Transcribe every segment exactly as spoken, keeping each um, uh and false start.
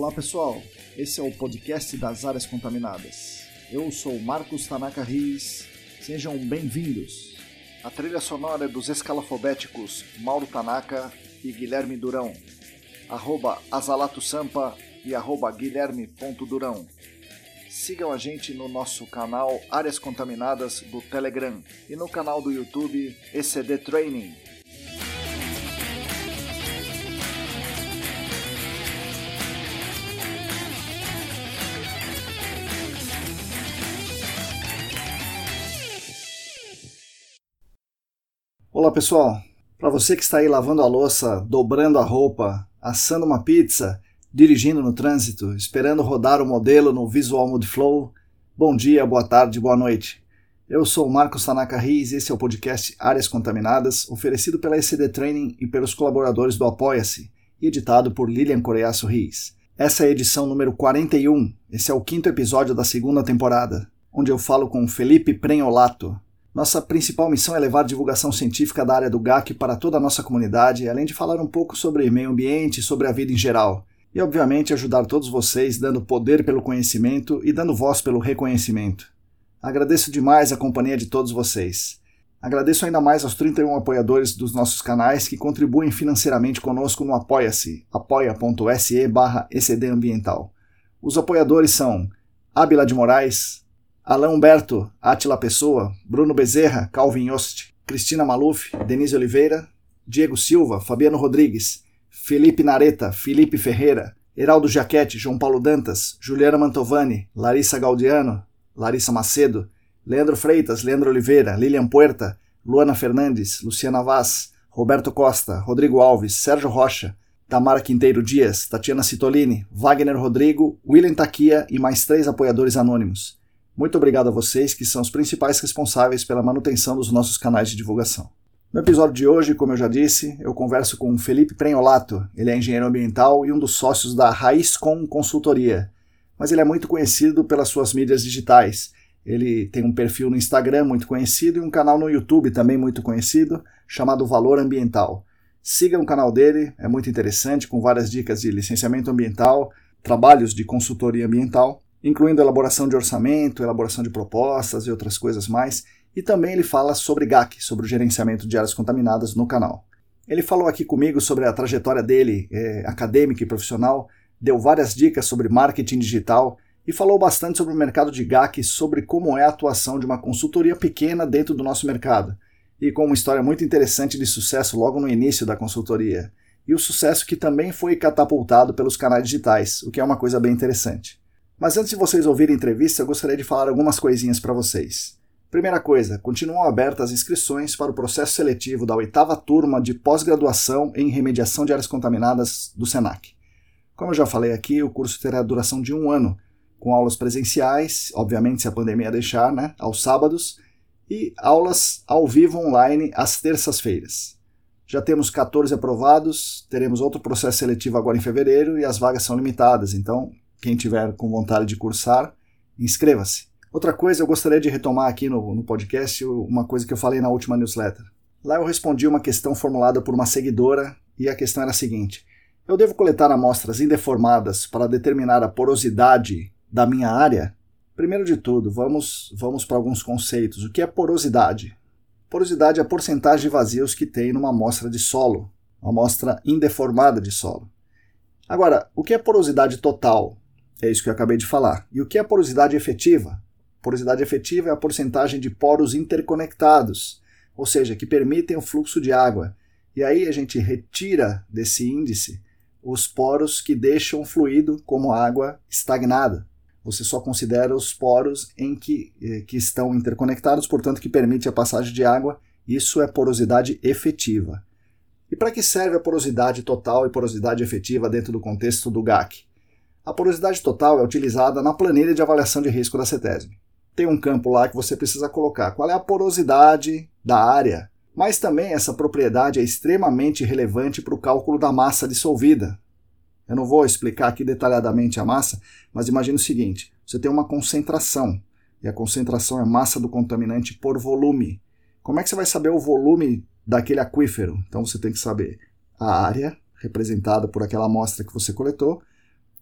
Olá pessoal, esse é o podcast das áreas contaminadas. Eu sou Marcos Tanaka Riz, sejam bem-vindos. A trilha sonora é dos escalafobéticos Mauro Tanaka e Guilherme Durão, arroba Azalato Sampa e arroba Guilherme.Durão. Sigam a gente no nosso canal Áreas Contaminadas do Telegram e no canal do YouTube E C D Training. Olá pessoal, para você que está aí lavando a louça, dobrando a roupa, assando uma pizza, dirigindo no trânsito, esperando rodar o modelo no Visual Mood Flow, bom dia, boa tarde, boa noite. Eu sou o Marcos Tanaka Riz e esse é o podcast Áreas Contaminadas, oferecido pela E C D Training e pelos colaboradores do Apoia-se, e editado por Lilian Coreaço Riz. Essa é a edição número quarenta e um, esse é o quinto episódio da segunda temporada, onde eu falo com Felipe Prenholato. Nossa principal missão é levar divulgação científica da área do G A C para toda a nossa comunidade, além de falar um pouco sobre meio ambiente e sobre a vida em geral. E, obviamente, ajudar todos vocês dando poder pelo conhecimento e dando voz pelo reconhecimento. Agradeço demais a companhia de todos vocês. Agradeço ainda mais aos trinta e um apoiadores dos nossos canais que contribuem financeiramente conosco no Apoia-se, apoia.se barra ecdambiental. Os apoiadores são Ábila de Moraes, Alain Humberto, Átila Pessoa, Bruno Bezerra, Calvin Yost, Cristina Maluf, Denise Oliveira, Diego Silva, Fabiano Rodrigues, Felipe Nareta, Felipe Ferreira, Heraldo Jaquete, João Paulo Dantas, Juliana Mantovani, Larissa Gaudiano, Larissa Macedo, Leandro Freitas, Leandro Oliveira, Lilian Puerta, Luana Fernandes, Luciana Vaz, Roberto Costa, Rodrigo Alves, Sérgio Rocha, Tamara Quinteiro Dias, Tatiana Citolini, Wagner Rodrigo, William Taquia e mais três apoiadores anônimos. Muito obrigado a vocês, que são os principais responsáveis pela manutenção dos nossos canais de divulgação. No episódio de hoje, como eu já disse, eu converso com Felipe Prenholato. Ele é engenheiro ambiental e um dos sócios da RaizCon Consultoria, mas ele é muito conhecido pelas suas mídias digitais. Ele tem um perfil no Instagram muito conhecido e um canal no YouTube também muito conhecido, chamado Valor Ambiental. Sigam o canal dele, é muito interessante, com várias dicas de licenciamento ambiental, trabalhos de consultoria ambiental, incluindo elaboração de orçamento, elaboração de propostas e outras coisas mais, e também ele fala sobre G A C, sobre o gerenciamento de áreas contaminadas no canal. Ele falou aqui comigo sobre a trajetória dele, é, acadêmica e profissional, deu várias dicas sobre marketing digital e falou bastante sobre o mercado de G A C, sobre como é a atuação de uma consultoria pequena dentro do nosso mercado, e com uma história muito interessante de sucesso logo no início da consultoria, e o sucesso que também foi catapultado pelos canais digitais, o que é uma coisa bem interessante. Mas antes de vocês ouvirem a entrevista, eu gostaria de falar algumas coisinhas para vocês. Primeira coisa, continuam abertas as inscrições para o processo seletivo da oitava turma de pós-graduação em remediação de áreas contaminadas do Senac. Como eu já falei aqui, o curso terá a duração de um ano, com aulas presenciais, obviamente se a pandemia deixar, né, aos sábados, e aulas ao vivo online às terças-feiras. Já temos quatorze aprovados, teremos outro processo seletivo agora em fevereiro e as vagas são limitadas, então quem tiver com vontade de cursar, inscreva-se. Outra coisa, eu gostaria de retomar aqui no, no podcast uma coisa que eu falei na última newsletter. Lá eu respondi uma questão formulada por uma seguidora e a questão era a seguinte: eu devo coletar amostras indeformadas para determinar a porosidade da minha área? Primeiro de tudo, vamos, vamos para alguns conceitos. O que é porosidade? Porosidade é a porcentagem de vazios que tem numa amostra de solo, uma amostra indeformada de solo. Agora, o que é porosidade total? É isso que eu acabei de falar. E o que é porosidade efetiva? Porosidade efetiva é a porcentagem de poros interconectados, ou seja, que permitem o fluxo de água. E aí a gente retira desse índice os poros que deixam o fluido como água estagnada. Você só considera os poros em que, que estão interconectados, portanto que permite a passagem de água. Isso é porosidade efetiva. E para que serve a porosidade total e porosidade efetiva dentro do contexto do G A C? A porosidade total é utilizada na planilha de avaliação de risco da CETESB. Tem um campo lá que você precisa colocar qual é a porosidade da área, mas também essa propriedade é extremamente relevante para o cálculo da massa dissolvida. Eu não vou explicar aqui detalhadamente a massa, mas imagine o seguinte: você tem uma concentração, e a concentração é massa do contaminante por volume. Como é que você vai saber o volume daquele aquífero? Então você tem que saber a área representada por aquela amostra que você coletou,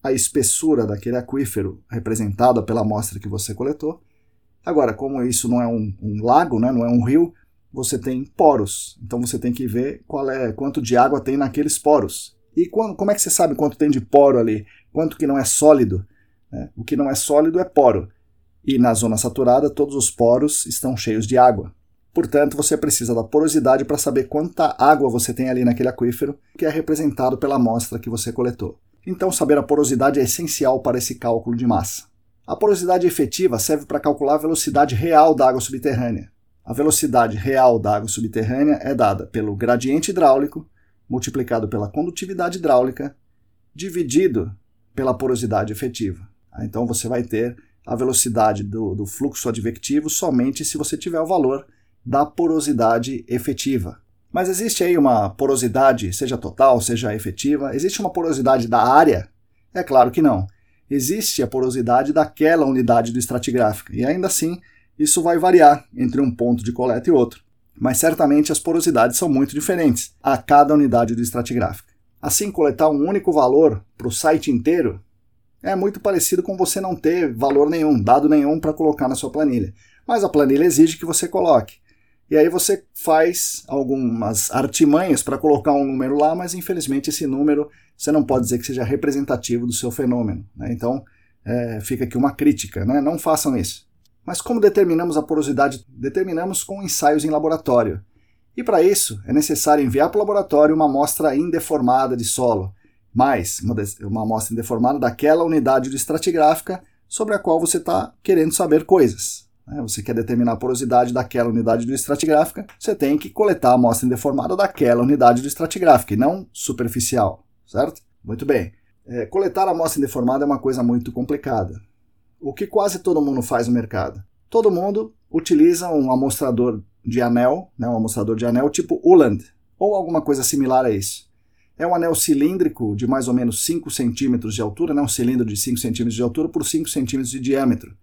a espessura daquele aquífero representada pela amostra que você coletou. Agora, como isso não é um, um lago, né, não é um rio, você tem poros. Então você tem que ver qual é, quanto de água tem naqueles poros. E quando, como é que você sabe quanto tem de poro ali? Quanto que não é sólido? Né? O que não é sólido é poro. E na zona saturada, todos os poros estão cheios de água. Portanto, você precisa da porosidade para saber quanta água você tem ali naquele aquífero, que é representado pela amostra que você coletou. Então, saber a porosidade é essencial para esse cálculo de massa. A porosidade efetiva serve para calcular a velocidade real da água subterrânea. A velocidade real da água subterrânea é dada pelo gradiente hidráulico, multiplicado pela condutividade hidráulica, dividido pela porosidade efetiva. Então, você vai ter a velocidade do, do fluxo advectivo somente se você tiver o valor da porosidade efetiva. Mas existe aí uma porosidade, seja total, seja efetiva? Existe uma porosidade da área? É claro que não. Existe a porosidade daquela unidade do estratigráfico, e ainda assim isso vai variar entre um ponto de coleta e outro. Mas certamente as porosidades são muito diferentes a cada unidade do estratigráfico. Assim, coletar um único valor para o site inteiro é muito parecido com você não ter valor nenhum, dado nenhum para colocar na sua planilha. Mas a planilha exige que você coloque. E aí você faz algumas artimanhas para colocar um número lá, mas infelizmente esse número você não pode dizer que seja representativo do seu fenômeno. Né? Então é, fica aqui uma crítica, né? Não façam isso. Mas como determinamos a porosidade? Determinamos com ensaios em laboratório. E para isso é necessário enviar para o laboratório uma amostra indeformada de solo, mais uma, uma amostra indeformada daquela unidade do estratigráfica sobre a qual você está querendo saber coisas. Você quer determinar a porosidade daquela unidade do estratigráfica, você tem que coletar a amostra indeformada daquela unidade do estratigráfica, e não superficial, certo? Muito bem. É, coletar a amostra indeformada é uma coisa muito complicada. O que quase todo mundo faz no mercado? Todo mundo utiliza um amostrador de anel, né, um amostrador de anel tipo Uhland, ou alguma coisa similar a isso. É um anel cilíndrico de mais ou menos cinco centímetros de altura, né, um cilindro de cinco centímetros de altura por cinco centímetros de diâmetro.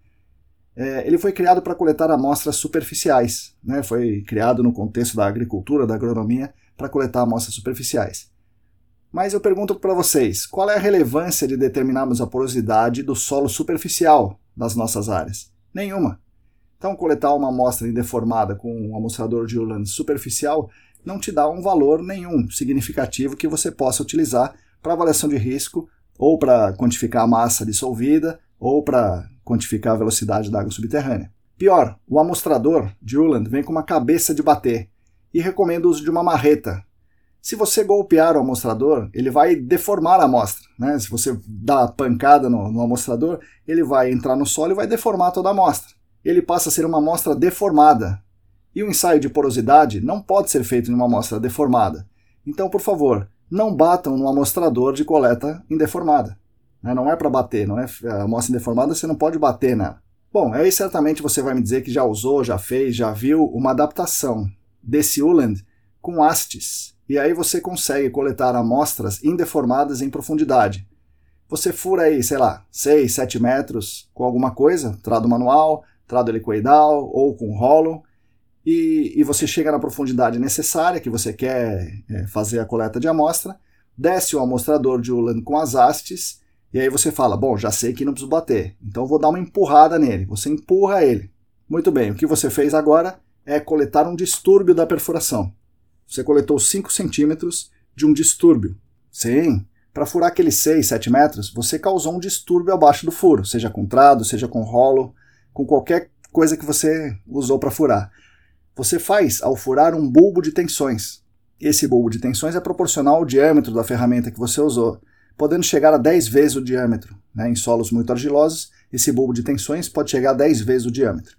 É, ele foi criado para coletar amostras superficiais, né? Foi criado no contexto da agricultura, da agronomia, para coletar amostras superficiais. Mas eu pergunto para vocês, qual é a relevância de determinarmos a porosidade do solo superficial das nossas áreas? Nenhuma. Então, coletar uma amostra indeformada com um amostrador de Uhland superficial não te dá um valor nenhum significativo que você possa utilizar para avaliação de risco, ou para quantificar a massa dissolvida, ou para quantificar a velocidade da água subterrânea. Pior, o amostrador de Uhland vem com uma cabeça de bater e recomenda o uso de uma marreta. Se você golpear o amostrador, ele vai deformar a amostra. Né? Se você dá pancada no, no amostrador, ele vai entrar no solo e vai deformar toda a amostra. Ele passa a ser uma amostra deformada. E o ensaio de porosidade não pode ser feito em uma amostra deformada. Então, por favor, não batam no amostrador de coleta indeformada. Não é para bater, não é a amostra indeformada, você não pode bater nela. Bom, aí certamente você vai me dizer que já usou, já fez, já viu uma adaptação desse Uhland com hastes. E aí você consegue coletar amostras indeformadas em profundidade. Você fura aí, sei lá, seis, sete metros com alguma coisa, trado manual, trado helicoidal ou com rolo, e, e você chega na profundidade necessária que você quer é, fazer a coleta de amostra, desce o amostrador de Uhland com as hastes, e aí você fala, bom, já sei que não preciso bater, então vou dar uma empurrada nele. Você empurra ele. Muito bem, o que você fez agora é coletar um distúrbio da perfuração. Você coletou cinco centímetros de um distúrbio. Sim, para furar aqueles seis, sete metros, você causou um distúrbio abaixo do furo, seja com trado, seja com rolo, com qualquer coisa que você usou para furar. Você faz, ao furar, um bulbo de tensões. Esse bulbo de tensões é proporcional ao diâmetro da ferramenta que você usou, podendo chegar a dez vezes o diâmetro. Né? Em solos muito argilosos, esse bulbo de tensões pode chegar a dez vezes o diâmetro.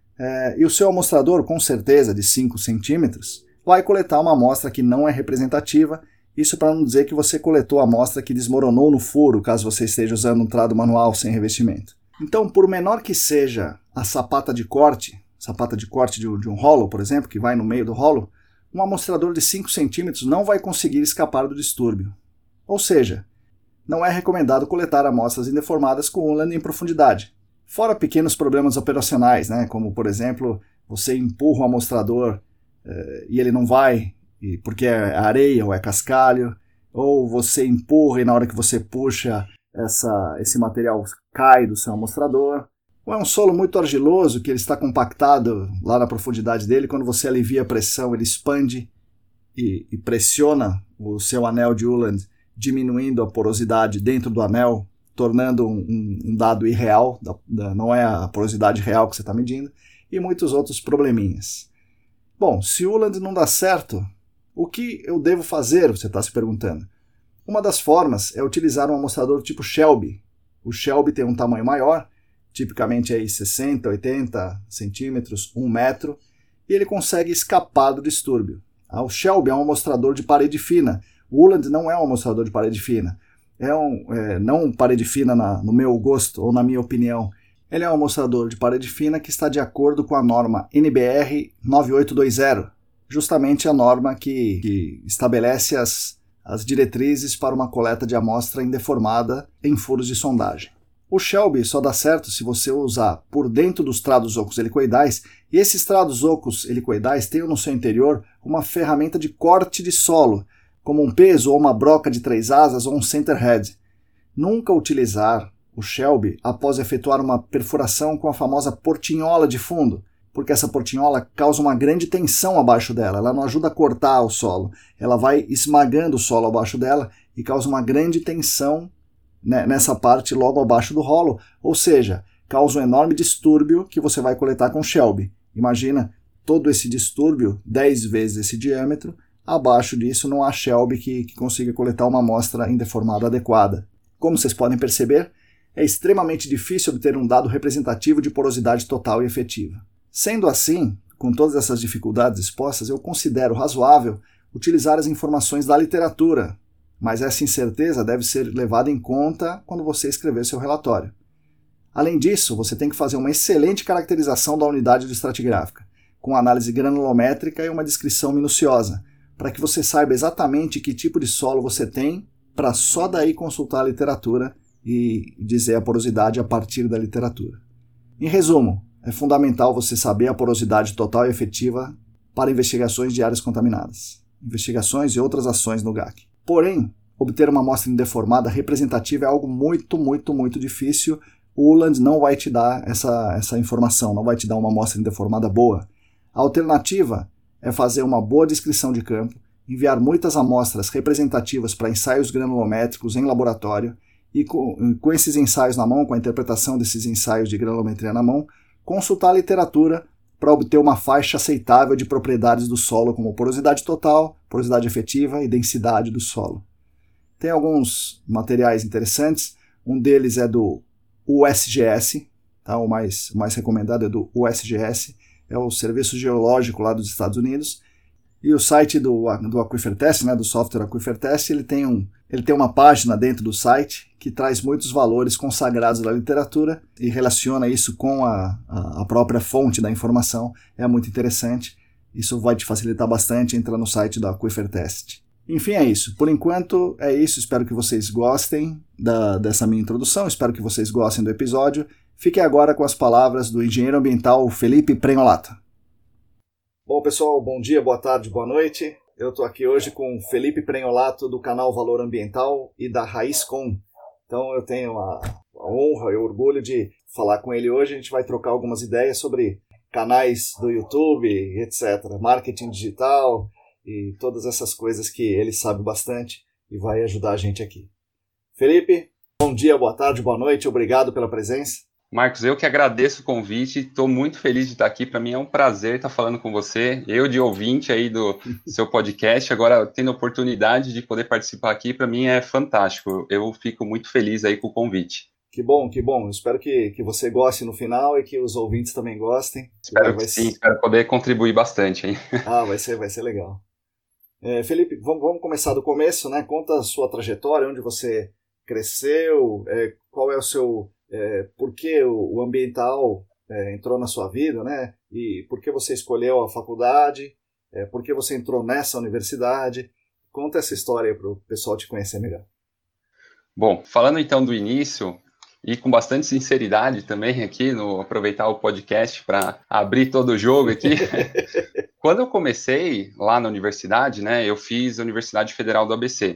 É, e o seu amostrador, com certeza de cinco centímetros, vai coletar uma amostra que não é representativa, isso para não dizer que você coletou a amostra que desmoronou no furo, caso você esteja usando um trado manual sem revestimento. Então, por menor que seja a sapata de corte, sapata de corte de um, de um rolo, por exemplo, que vai no meio do rolo, um amostrador de cinco centímetros não vai conseguir escapar do distúrbio. Ou seja, não é recomendado coletar amostras indeformadas com Uhland em profundidade. Fora pequenos problemas operacionais, né? Como, por exemplo, você empurra o amostrador eh, e ele não vai, porque é areia ou é cascalho, ou você empurra e na hora que você puxa essa, esse material cai do seu amostrador. Ou é um solo muito argiloso, que ele está compactado lá na profundidade dele, quando você alivia a pressão, ele expande e, e pressiona o seu anel de Uhland, diminuindo a porosidade dentro do anel, tornando um, um, um dado irreal, da, da, não é a porosidade real que você está medindo, e muitos outros probleminhas. Bom, se Uhland não dá certo, o que eu devo fazer, você está se perguntando? Uma das formas é utilizar um amostrador tipo Shelby. O Shelby tem um tamanho maior, tipicamente aí sessenta, oitenta centímetros, um metro, e ele consegue escapar do distúrbio. O Shelby é um amostrador de parede fina. O Uhland não é um amostrador de parede fina. É um, é, não parede fina na, no meu gosto ou na minha opinião. Ele é um amostrador de parede fina que está de acordo com a norma N B R nove oito dois zero, justamente a norma que, que estabelece as, as diretrizes para uma coleta de amostra indeformada em furos de sondagem. O Shelby só dá certo se você usar por dentro dos trados ocos helicoidais, e esses trados ocos helicoidais têm no seu interior uma ferramenta de corte de solo, como um peso ou uma broca de três asas ou um center head. Nunca utilizar o Shelby após efetuar uma perfuração com a famosa portinhola de fundo, porque essa portinhola causa uma grande tensão abaixo dela, ela não ajuda a cortar o solo, ela vai esmagando o solo abaixo dela e causa uma grande tensão nessa parte logo abaixo do rolo, ou seja, causa um enorme distúrbio que você vai coletar com Shelby. Imagina todo esse distúrbio, dez vezes esse diâmetro, abaixo disso não há Shelby que, que consiga coletar uma amostra indeformada adequada. Como vocês podem perceber, é extremamente difícil obter um dado representativo de porosidade total e efetiva. Sendo assim, com todas essas dificuldades expostas, eu considero razoável utilizar as informações da literatura, mas essa incerteza deve ser levada em conta quando você escrever seu relatório. Além disso, você tem que fazer uma excelente caracterização da unidade do estratigráfica, com análise granulométrica e uma descrição minuciosa, para que você saiba exatamente que tipo de solo você tem, para só daí consultar a literatura e dizer a porosidade a partir da literatura. Em resumo, é fundamental você saber a porosidade total e efetiva para investigações de áreas contaminadas, investigações e outras ações no G A C. Porém, obter uma amostra indeformada representativa é algo muito, muito, muito difícil. O Uhland não vai te dar essa, essa informação, não vai te dar uma amostra indeformada boa. A alternativa é fazer uma boa descrição de campo, enviar muitas amostras representativas para ensaios granulométricos em laboratório e com, com esses ensaios na mão, com a interpretação desses ensaios de granulometria na mão, consultar a literatura para obter uma faixa aceitável de propriedades do solo, como porosidade total, porosidade efetiva e densidade do solo. Tem alguns materiais interessantes, um deles é do U S G S, tá? o, mais, o mais recomendado é do U S G S, é o Serviço Geológico lá dos Estados Unidos, e o site do, do Aquifer Test, né, do software Aquifer Test, ele tem, um, ele tem uma página dentro do site que traz muitos valores consagrados da literatura e relaciona isso com a, a, a própria fonte da informação. É muito interessante. Isso vai te facilitar bastante entrar no site do Aquifer Test. Enfim, é isso. Por enquanto, é isso. Espero que vocês gostem da, dessa minha introdução. Espero que vocês gostem do episódio. Fiquem agora com as palavras do engenheiro ambiental Felipe Prenholato. Bom, pessoal, bom dia, boa tarde, boa noite. Eu estou aqui hoje com o Felipe Prenholato, do canal Valor Ambiental e da RaízCom. Então eu tenho a, a honra e o orgulho de falar com ele hoje. A gente vai trocar algumas ideias sobre canais do YouTube, etcétera. Marketing digital e todas essas coisas que ele sabe bastante e vai ajudar a gente aqui. Felipe, bom dia, boa tarde, boa noite. Obrigado pela presença. Marcos, eu que agradeço o convite, estou muito feliz de estar aqui, para mim é um prazer estar falando com você, eu de ouvinte aí do seu podcast, agora tendo a oportunidade de poder participar aqui, para mim é fantástico, eu fico muito feliz aí com o convite. Que bom, que bom, espero que, que você goste no final e que os ouvintes também gostem. Espero vai, que sim, ser... espero poder contribuir bastante. Hein? Ah, vai ser, vai ser legal. É, Felipe, vamos, vamos começar do começo, né? Conta a sua trajetória, onde você cresceu, é, qual é o seu... É, por que o, o ambiental é, entrou na sua vida, né? E por que você escolheu a faculdade, é, por que você entrou nessa universidade. Conta essa história para o pessoal te conhecer melhor. Bom, falando então do início, e com bastante sinceridade também aqui, no aproveitar o podcast para abrir todo o jogo aqui. Quando eu comecei lá na universidade, né, eu fiz a Universidade Federal do A B C.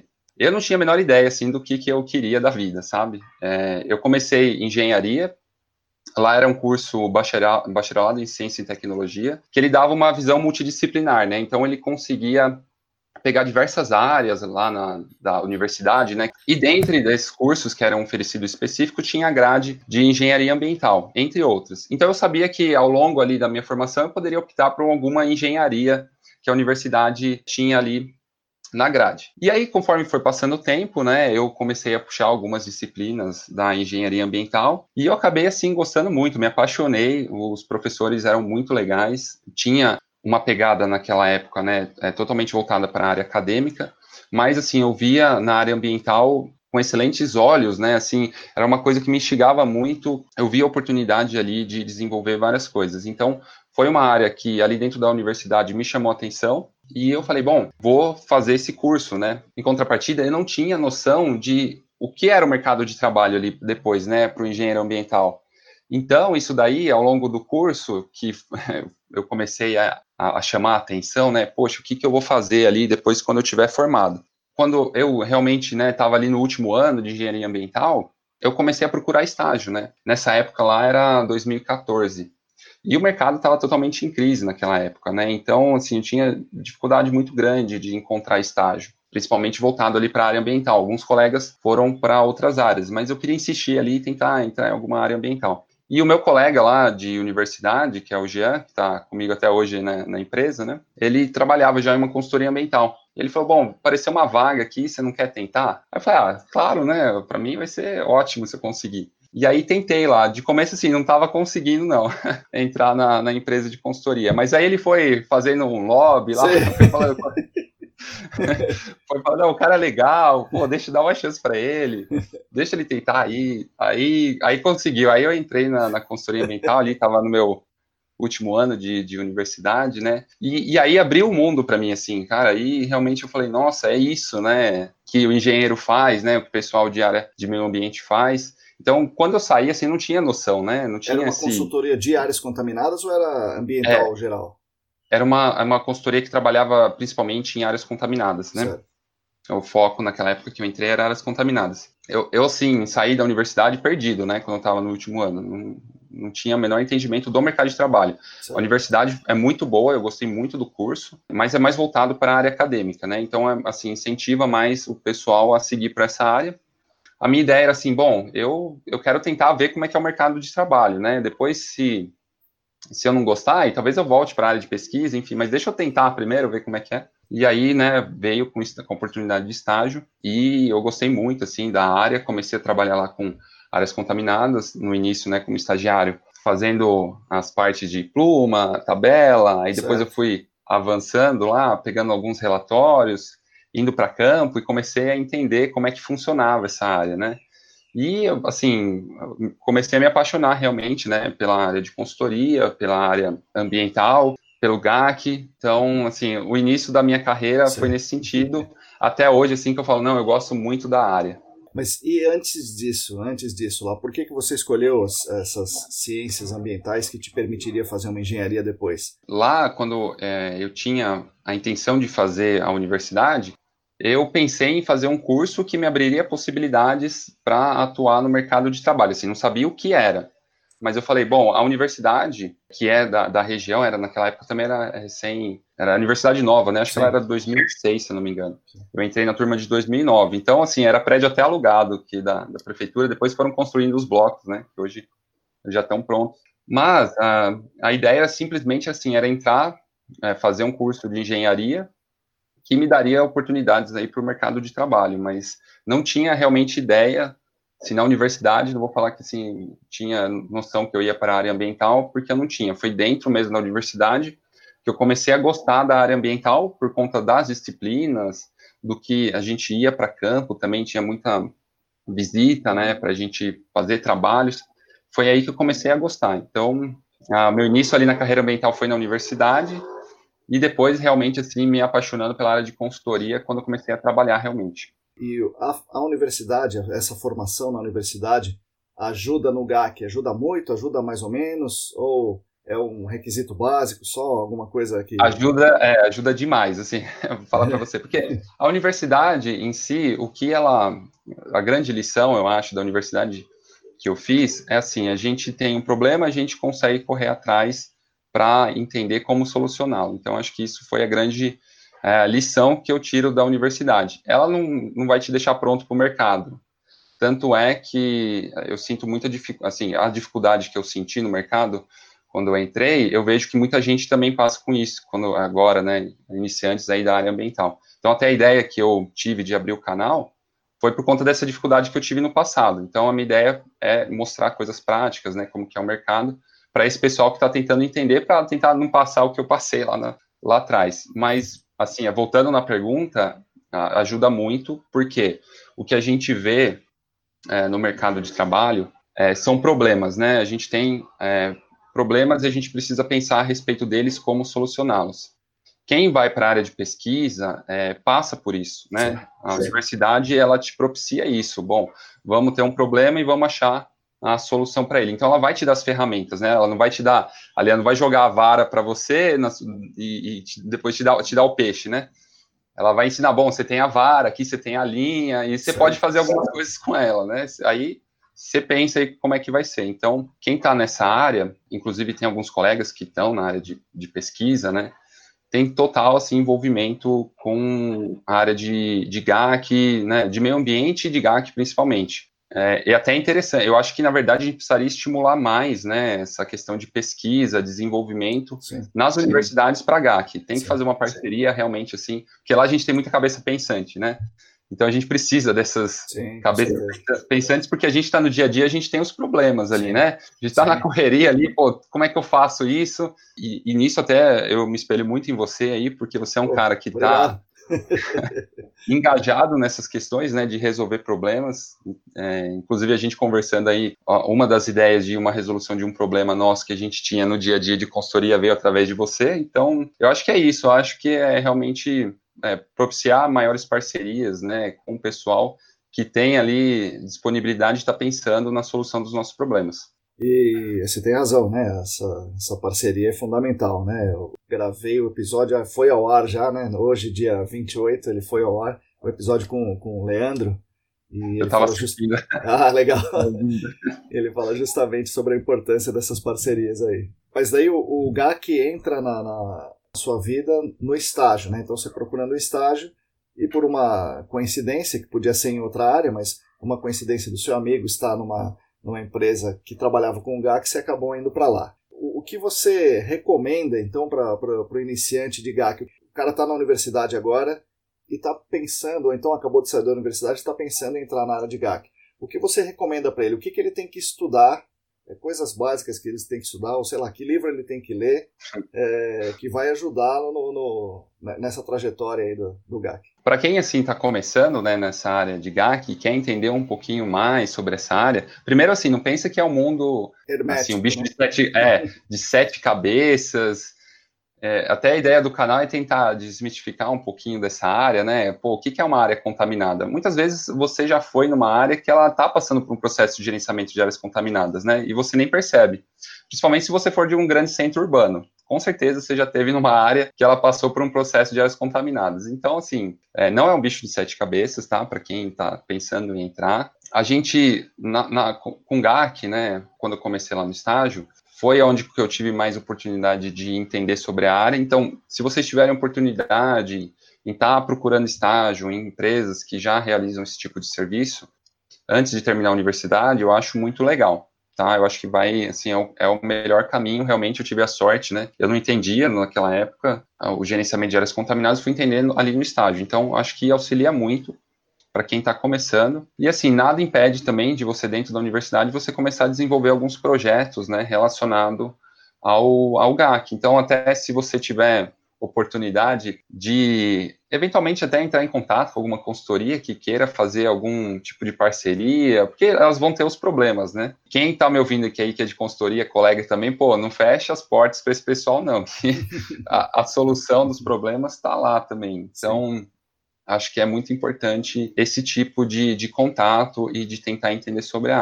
eu não tinha a menor ideia, assim, do que, que eu queria da vida, sabe? É, eu comecei engenharia, lá era um curso bacharel, bacharelado em ciência e tecnologia, que ele dava uma visão multidisciplinar, né? Então, ele conseguia pegar diversas áreas lá na da universidade, né? E dentre desses cursos que eram oferecidos específicos, tinha a grade de engenharia ambiental, entre outros. Então, eu sabia que, ao longo ali da minha formação, eu poderia optar por alguma engenharia que a universidade tinha ali na grade. E aí, conforme foi passando o tempo, né, eu comecei a puxar algumas disciplinas da engenharia ambiental e eu acabei, assim, gostando muito, me apaixonei, os professores eram muito legais, tinha uma pegada naquela época, né, é, totalmente voltada para a área acadêmica, mas, assim, eu via na área ambiental com excelentes olhos, né, assim, era uma coisa que me instigava muito, eu via a oportunidade ali de desenvolver várias coisas. Então, foi uma área que ali dentro da universidade me chamou a atenção, e eu falei, bom, vou fazer esse curso, né? Em contrapartida, eu não tinha noção de o que era o mercado de trabalho ali depois, né, para o engenheiro ambiental. Então, isso daí, ao longo do curso, que eu comecei a, a chamar a atenção, né, poxa, o que, que eu vou fazer ali depois quando eu tiver formado? Quando eu realmente, né, estava ali no último ano de engenharia ambiental, eu comecei a procurar estágio, né? Nessa época lá era dois mil e quatorze. E o mercado estava totalmente em crise naquela época, né? Então, assim, eu tinha dificuldade muito grande de encontrar estágio, principalmente voltado ali para a área ambiental. Alguns colegas foram para outras áreas, mas eu queria insistir ali e tentar entrar em alguma área ambiental. E o meu colega lá de universidade, que é o Jean, que está comigo até hoje na, na empresa, né? Ele trabalhava já em uma consultoria ambiental. Ele falou, bom, apareceu uma vaga aqui, você não quer tentar? Aí eu falei, ah, claro, né? Para mim vai ser ótimo se eu conseguir. E aí tentei lá, de começo assim, não estava conseguindo não, entrar na, na empresa de consultoria, mas aí ele foi fazendo um lobby lá, foi falando, foi falando, não, o cara é legal, pô, deixa eu dar uma chance para ele, deixa ele tentar aí, aí, aí conseguiu, aí eu entrei na, na consultoria ambiental ali, estava no meu último ano de, de universidade, né, e, e aí abriu o mundo para mim, assim, cara, aí realmente eu falei, nossa, é isso, né, que o engenheiro faz, né, o que o pessoal de área de meio ambiente faz. Então, quando eu saí, assim, não tinha noção, né? Não tinha Era uma esse... consultoria de áreas contaminadas ou era ambiental É, geral? era uma, uma consultoria que trabalhava principalmente em áreas contaminadas, né? Certo. O foco naquela época que eu entrei era áreas contaminadas. Eu, eu assim, saí da universidade perdido, né? Quando eu estava no último ano. Não, não tinha o menor entendimento do mercado de trabalho. Certo. A universidade é muito boa, eu gostei muito do curso, mas é mais voltado para a área acadêmica, né? Então, é, assim, incentiva mais o pessoal a seguir para essa área. A minha ideia era assim, bom, eu, eu quero tentar ver como é que é o mercado de trabalho, né? Depois, se, se eu não gostar, e talvez eu volte para a área de pesquisa, enfim, mas deixa eu tentar primeiro, ver como é que é. E aí, né, veio com, com a oportunidade de estágio, e eu gostei muito, assim, da área, comecei a trabalhar lá com áreas contaminadas, no início, né, como estagiário, fazendo as partes de pluma, tabela, aí depois Certo. eu fui avançando lá, pegando alguns relatórios, indo para campo e comecei a entender como é que funcionava essa área, né? E, assim, comecei a me apaixonar realmente, né, pela área de consultoria, pela área ambiental, pelo G A C. Então, assim, o início da minha carreira Certo. foi nesse sentido. Até hoje, assim, que eu falo, não, eu gosto muito da área. Mas e antes disso, antes disso lá, por que, que você escolheu as, essas ciências ambientais que te permitiria fazer uma engenharia depois? Lá, quando é, eu tinha a intenção de fazer a universidade, eu pensei em fazer um curso que me abriria possibilidades para atuar no mercado de trabalho. Assim, não sabia o que era, mas eu falei, bom, a universidade, que é da, da região, era naquela época também era recém, era a universidade nova, né? Acho Sim. que ela era de dois mil e seis, se eu não me engano. Eu entrei na turma de dois mil e nove. Então, assim, era prédio até alugado que da, da prefeitura, depois foram construindo os blocos, né? Que hoje já estão prontos. Mas a, a ideia era simplesmente assim, era entrar, é, fazer um curso de engenharia que me daria oportunidades aí para o mercado de trabalho, mas não tinha realmente ideia, se na universidade, não vou falar que assim, tinha noção que eu ia para a área ambiental, porque eu não tinha, foi dentro mesmo da universidade que eu comecei a gostar da área ambiental por conta das disciplinas, do que a gente ia para campo, também tinha muita visita, né, para a gente fazer trabalhos, foi aí que eu comecei a gostar. Então, a, meu início ali na carreira ambiental foi na universidade, e depois, realmente, assim, me apaixonando pela área de consultoria quando eu comecei a trabalhar realmente. E a, a universidade, essa formação na universidade, ajuda no G A C? Ajuda muito? Ajuda mais ou menos? Ou É um requisito básico só, alguma coisa que... Ajuda, é, ajuda demais, assim, eu vou falar para você, porque a universidade em si, o que ela, a grande lição, eu acho, da universidade que eu fiz, é assim, a gente tem um problema, a gente consegue correr atrás para entender como solucioná-lo. Então, acho que isso foi a grande é, lição que eu tiro da universidade. Ela não, não vai te deixar pronto para o mercado. Tanto é que eu sinto muita dificuldade, assim, a dificuldade que eu senti no mercado quando eu entrei, eu vejo que muita gente também passa com isso, quando agora, né, iniciantes aí da área ambiental. Então, até a ideia que eu tive de abrir o canal foi por conta dessa dificuldade que eu tive no passado. Então, a minha ideia é mostrar coisas práticas, né, como que é o mercado, para esse pessoal que está tentando entender, para tentar não passar o que eu passei lá, na, lá atrás. Mas, assim, voltando na pergunta, ajuda muito, porque o que a gente vê é, no mercado de trabalho é, são problemas, né? A gente tem é, problemas e a gente precisa pensar a respeito deles, como solucioná-los. Quem vai para a área de pesquisa é, passa por isso, né? Sim, a sim. Universidade, ela te propicia isso. Bom, vamos ter um problema e vamos achar a solução para ele. Então, ela vai te dar as ferramentas, né? Ela não vai te dar, ali, ela não vai jogar a vara para você na, e, e te, depois te dar, te dar o peixe, né? Ela vai ensinar, bom, você tem a vara, aqui você tem a linha, e você certo, pode fazer algumas certo. coisas com ela, né? Aí você pensa aí como é que vai ser. Então, quem está nessa área, inclusive tem alguns colegas que estão na área de, de pesquisa, né? Tem total, assim, envolvimento com a área de, de G A C, né? De meio ambiente e de G A C principalmente. É, e até é interessante, eu acho que, na verdade, a gente precisaria estimular mais, né, essa questão de pesquisa, desenvolvimento sim, nas sim. universidades para G A C. Tem sim, que fazer uma parceria sim. realmente, assim, porque lá a gente tem muita cabeça pensante, né? Então, a gente precisa dessas sim, cabeças sim. pensantes, porque a gente está no dia a dia, a gente tem os problemas ali, sim. né? A gente está na correria ali, pô, como é que eu faço isso? E, e nisso até eu me espelho muito em você aí, porque você é um pô, cara que está... engajado nessas questões, né, de resolver problemas, é, inclusive a gente conversando aí, ó, uma das ideias de uma resolução de um problema nosso que a gente tinha no dia a dia de consultoria veio através de você, então eu acho que é isso, eu acho que é realmente é, propiciar maiores parcerias, né, com o pessoal que tem ali disponibilidade de estar pensando na solução dos nossos problemas. E você tem razão, né? Essa, essa parceria é fundamental, né? Eu gravei o episódio, já foi ao ar já, né? Hoje, dia vinte e oito, ele foi ao ar, o episódio com, com o Leandro. E Eu estava assistindo. Just... Ah, legal. Ele fala justamente sobre a importância dessas parcerias aí. Mas daí o, o G A C entra na, na sua vida no estágio, né? Então você procurando o estágio e por uma coincidência, que podia ser em outra área, mas uma coincidência do seu amigo estar numa... numa empresa que trabalhava com o G A C, você acabou indo para lá. O, o que você recomenda, então, para o iniciante de G A C? O cara está na universidade agora e está pensando, ou então acabou de sair da universidade e está pensando em entrar na área de G A C. O que você recomenda para ele? O que, que ele tem que estudar? É, coisas básicas que ele tem que estudar, ou sei lá, que livro ele tem que ler, é, que vai ajudá-lo no, no, nessa trajetória aí do, do G A C. Para quem, assim, está começando, né, nessa área de G A C e quer entender um pouquinho mais sobre essa área, primeiro, assim, não pensa que é um mundo, hermético, assim, um bicho de sete, é, de sete cabeças. É, até a ideia do canal é tentar desmistificar um pouquinho dessa área, né? Pô, o que é uma área contaminada? Muitas vezes você já foi numa área que ela está passando por um processo de gerenciamento de áreas contaminadas, né? E você nem percebe. Principalmente se você for de um grande centro urbano. Com certeza você já teve numa área que ela passou por um processo de áreas contaminadas. Então, assim, é, não é um bicho de sete cabeças, tá? Para quem está pensando em entrar. A gente, na, na, com G A C, né? Quando eu comecei lá no estágio, foi onde eu tive mais oportunidade de entender sobre a área. Então, se vocês tiverem oportunidade em estar procurando estágio em empresas que já realizam esse tipo de serviço, antes de terminar a universidade, eu acho muito legal. Tá, eu acho que vai, assim, é o, é o melhor caminho, realmente eu tive a sorte, né, eu não entendia naquela época o gerenciamento de áreas contaminadas, fui entendendo ali no estágio, então acho que auxilia muito para quem está começando, e assim, nada impede também de você dentro da universidade, você começar a desenvolver alguns projetos, né, relacionados ao, ao G A C, então até se você tiver oportunidade de, eventualmente, até entrar em contato com alguma consultoria que queira fazer algum tipo de parceria, porque elas vão ter os problemas, né? Quem tá me ouvindo aqui aí, que é de consultoria, colega também, pô, não fecha as portas para esse pessoal, não, que a, a solução dos problemas está lá também. Então, sim, acho que é muito importante esse tipo de, de contato e de tentar entender sobre a área.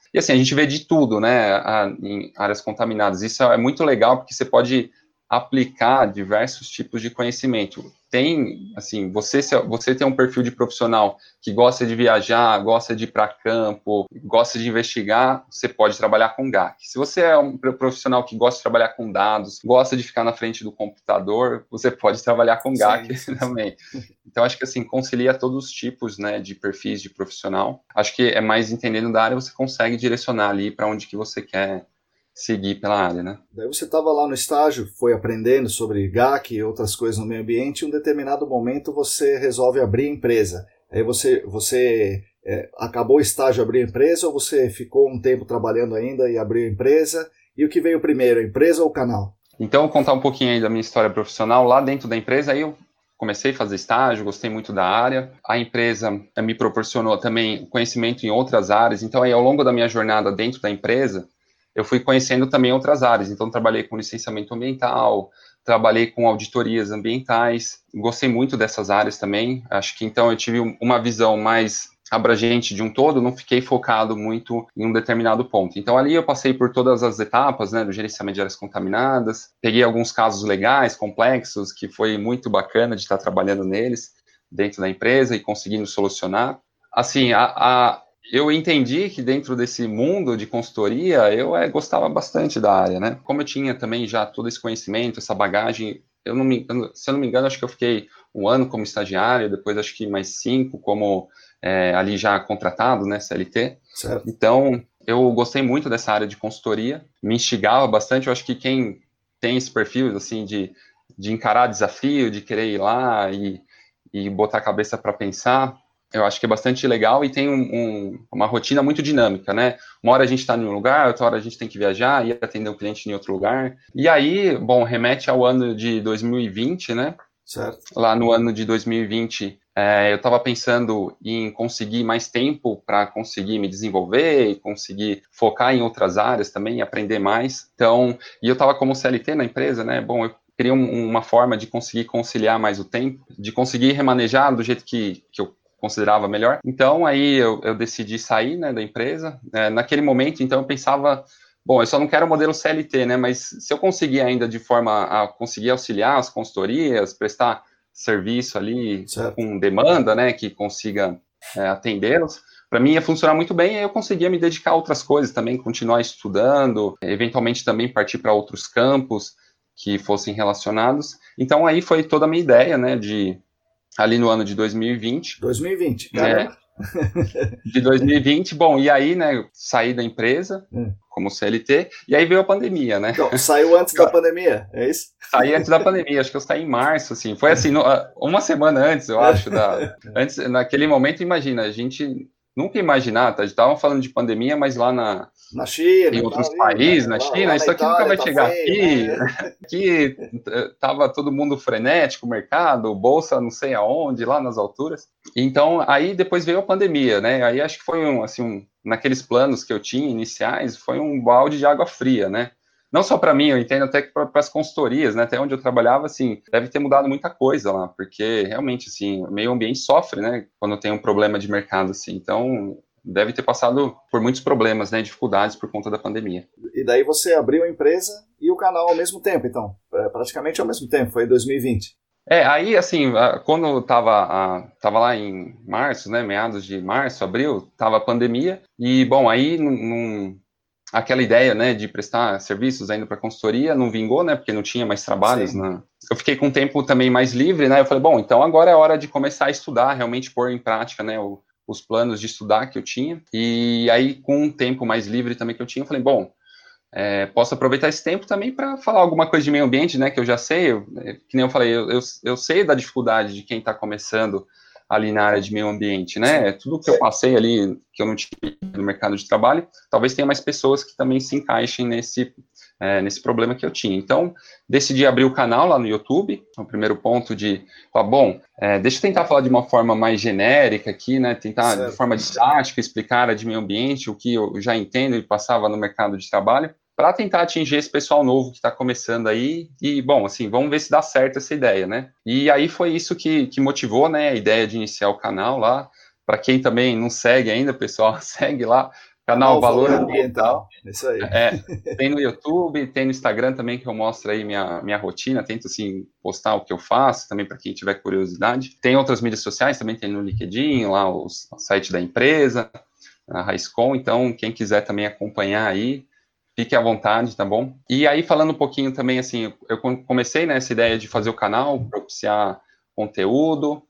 E assim, a gente vê de tudo, né, a, em áreas contaminadas. Isso é muito legal, porque você pode aplicar diversos tipos de conhecimento. Tem, assim, você, você tem um perfil de profissional que gosta de viajar, gosta de ir para campo, gosta de investigar, você pode trabalhar com G A C. Se você é um profissional que gosta de trabalhar com dados, gosta de ficar na frente do computador, você pode trabalhar com G A C sim, sim, também. Sim. Então, acho que, assim, concilia todos os tipos, né, de perfis de profissional. Acho que é mais entendendo da área, você consegue direcionar ali para onde que você quer seguir pela área, né? Daí você estava lá no estágio, foi aprendendo sobre G A C e outras coisas no meio ambiente, e em um determinado momento você resolve abrir a empresa. Aí você, você é, acabou o estágio, abriu a empresa, ou você ficou um tempo trabalhando ainda e abriu a empresa? E o que veio primeiro, a empresa ou o canal? Então, vou contar um pouquinho aí da minha história profissional. Lá dentro da empresa, aí eu comecei a fazer estágio, gostei muito da área. A empresa me proporcionou também conhecimento em outras áreas. Então, aí, ao longo da minha jornada dentro da empresa, eu fui conhecendo também outras áreas. Então, trabalhei com licenciamento ambiental, trabalhei com auditorias ambientais, gostei muito dessas áreas também. Acho que, então, eu tive uma visão mais abrangente de um todo, não fiquei focado muito em um determinado ponto. Então, ali eu passei por todas as etapas, né, do gerenciamento de áreas contaminadas, peguei alguns casos legais, complexos, que foi muito bacana de estar trabalhando neles, dentro da empresa e conseguindo solucionar. Assim, a... a eu entendi que dentro desse mundo de consultoria, eu é, gostava bastante da área, né? Como eu tinha também já todo esse conhecimento, essa bagagem, eu não me, se eu não me engano, acho que eu fiquei um ano como estagiário, depois acho que mais cinco como é, ali já contratado, né, C L T. Certo. Então, eu gostei muito dessa área de consultoria, me instigava bastante, eu acho que quem tem esse perfil, assim, de, de encarar desafio, de querer ir lá e, e botar a cabeça para pensar, eu acho que é bastante legal e tem um, um, uma rotina muito dinâmica, né? Uma hora a gente está em um lugar, outra hora a gente tem que viajar e atender um cliente em outro lugar. E aí, bom, remete ao ano de dois mil e vinte, né? Certo. Lá no ano de dois mil e vinte, é, eu estava pensando em conseguir mais tempo para conseguir me desenvolver e conseguir focar em outras áreas também e aprender mais. Então, e eu estava como C L T na empresa, né? Bom, eu queria um, uma forma de conseguir conciliar mais o tempo, de conseguir remanejar do jeito que, que eu considerava melhor. Então, aí eu, eu decidi sair, né, da empresa. É, naquele momento, então, eu pensava, bom, eu só não quero o modelo C L T, né, mas se eu conseguir ainda de forma a conseguir auxiliar as consultorias, prestar serviço ali certo. Com demanda, né, que consiga é, atendê-los, para mim ia funcionar muito bem e eu conseguia me dedicar a outras coisas também, continuar estudando, eventualmente também partir para outros campos que fossem relacionados. Então, aí foi toda a minha ideia, né, de ali no ano de dois mil e vinte. dois mil e vinte, caramba. Né? De dois mil e vinte, bom, e aí, né, saí da empresa hum. como C L T, e aí veio a pandemia, né? Então, saiu antes da pandemia, é isso? Saí antes da pandemia, acho que eu saí em março, assim, foi assim, no, uma semana antes, eu acho, da, antes, naquele momento, imagina, a gente nunca imaginava, tá? A gente tava falando de pandemia, mas lá na... Na China, em outros países, né? na China, lá, lá isso aqui Itália, nunca vai tá chegar feio, aqui. Né? Aqui tava todo mundo frenético, o mercado, bolsa não sei aonde, lá nas alturas. Então, aí depois veio a pandemia, né? Aí acho que foi um, assim, um, naqueles planos que eu tinha iniciais, foi um balde de água fria, né? Não só para mim, eu entendo até que para as consultorias, né? Até onde eu trabalhava, assim, deve ter mudado muita coisa lá, porque realmente, assim, o meio ambiente sofre, né? Quando tem um problema de mercado, assim. Então, deve ter passado por muitos problemas, né, dificuldades por conta da pandemia. E daí você abriu a empresa e o canal ao mesmo tempo, então, praticamente ao mesmo tempo, foi em dois mil e vinte. É, aí, assim, quando eu tava, tava lá em março, né, meados de março, abril, tava a pandemia, e, bom, aí, num, num, aquela ideia, né, de prestar serviços ainda para consultoria não vingou, né, porque não tinha mais trabalhos, né. Eu fiquei com um tempo também mais livre, né, eu falei, bom, então agora é hora de começar a estudar, realmente pôr em prática, né, o os planos de estudar que eu tinha, e aí com um tempo mais livre também que eu tinha, eu falei, bom, é, posso aproveitar esse tempo também para falar alguma coisa de meio ambiente, né, que eu já sei, eu, que nem eu falei, eu, eu, eu sei da dificuldade de quem está começando ali na área de meio ambiente, né, tudo que eu passei ali, que eu não tive no mercado de trabalho, talvez tenha mais pessoas que também se encaixem nesse, é, nesse problema que eu tinha. Então, decidi abrir o canal lá no YouTube, o primeiro ponto de, falar, bom, é, deixa eu tentar falar de uma forma mais genérica aqui, né, tentar certo. De forma didática explicar a área de meio ambiente, o que eu já entendo e passava no mercado de trabalho, para tentar atingir esse pessoal novo que está começando aí, e, bom, assim, vamos ver se dá certo essa ideia, né, e aí foi isso que, que motivou, né, a ideia de iniciar o canal lá. Para quem também não segue ainda, pessoal, segue lá, Canal Valor Ambiental. Isso aí. É, tem no YouTube, tem no Instagram também, que eu mostro aí minha, minha rotina, tento, assim, postar o que eu faço, também para quem tiver curiosidade. Tem outras mídias sociais, também tem no LinkedIn, lá o, o site da empresa, a Raiscom, então quem quiser também acompanhar aí, fique à vontade, tá bom? E aí, falando um pouquinho também, assim, eu comecei nessa ideia de fazer o canal, propiciar conteúdo,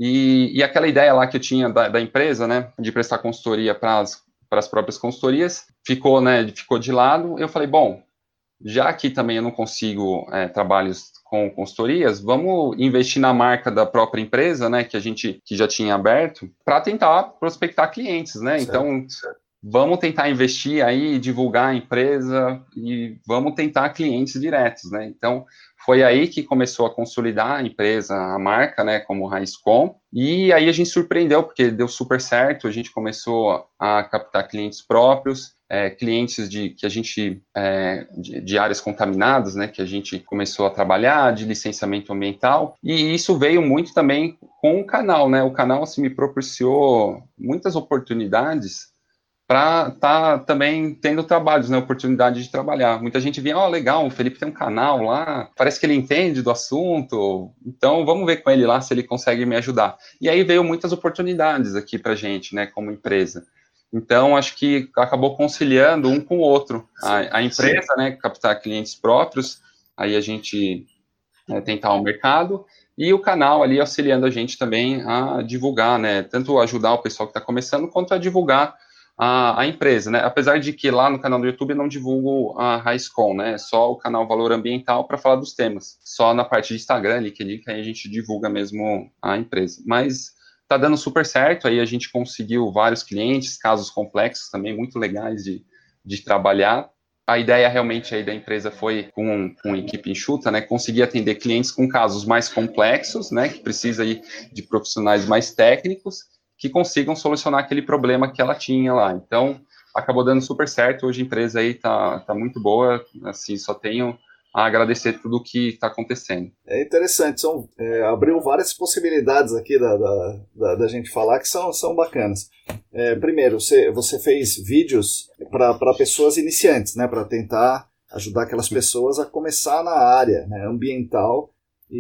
e, e aquela ideia lá que eu tinha da, da empresa, né, de prestar consultoria para as próprias consultorias, ficou, né, ficou de lado. Eu falei, bom, já que também eu não consigo é, trabalhos com consultorias, vamos investir na marca da própria empresa, né, que a gente que já tinha aberto, para tentar prospectar clientes, né? Certo, então, certo. Vamos tentar investir aí, divulgar a empresa e vamos tentar clientes diretos, né? Então, foi aí que começou a consolidar a empresa, a marca, né, como Raiscom, e aí a gente surpreendeu, porque deu super certo, a gente começou a captar clientes próprios, é, clientes de, que a gente, é, de, de áreas contaminadas, né, que a gente começou a trabalhar, de licenciamento ambiental, e isso veio muito também com o canal, né, o canal, assim, me propiciou muitas oportunidades para estar tá também tendo trabalhos, né, oportunidade de trabalhar. Muita gente via, ó, oh, legal, o Felipe tem um canal lá, parece que ele entende do assunto, então vamos ver com ele lá se ele consegue me ajudar. E aí veio muitas oportunidades aqui para a gente, né, como empresa. Então, acho que acabou conciliando um com o outro. A, a empresa, né, captar clientes próprios, aí a gente é, tentar o mercado, e o canal ali auxiliando a gente também a divulgar, né, tanto ajudar o pessoal que está começando, quanto a divulgar A, a empresa, né? Apesar de que lá no canal do YouTube eu não divulgo a Raiscom, né? Só o canal Valor Ambiental para falar dos temas. Só na parte de Instagram, LinkedIn, que aí a gente divulga mesmo a empresa. Mas tá dando super certo, aí a gente conseguiu vários clientes, casos complexos também, muito legais de, de trabalhar. A ideia realmente aí da empresa foi, com, com equipe enxuta, né? Conseguir atender clientes com casos mais complexos, né? Que precisa aí de profissionais mais técnicos, que consigam solucionar aquele problema que ela tinha lá. Então, acabou dando super certo, hoje a empresa aí tá, tá muito boa, assim, só tenho a agradecer tudo o que está acontecendo. É interessante, são, é, abriu várias possibilidades aqui da, da, da, da gente falar que são, são bacanas. É, primeiro, você, você fez vídeos para pessoas iniciantes, né, para tentar ajudar aquelas pessoas a começar na área, né, ambiental,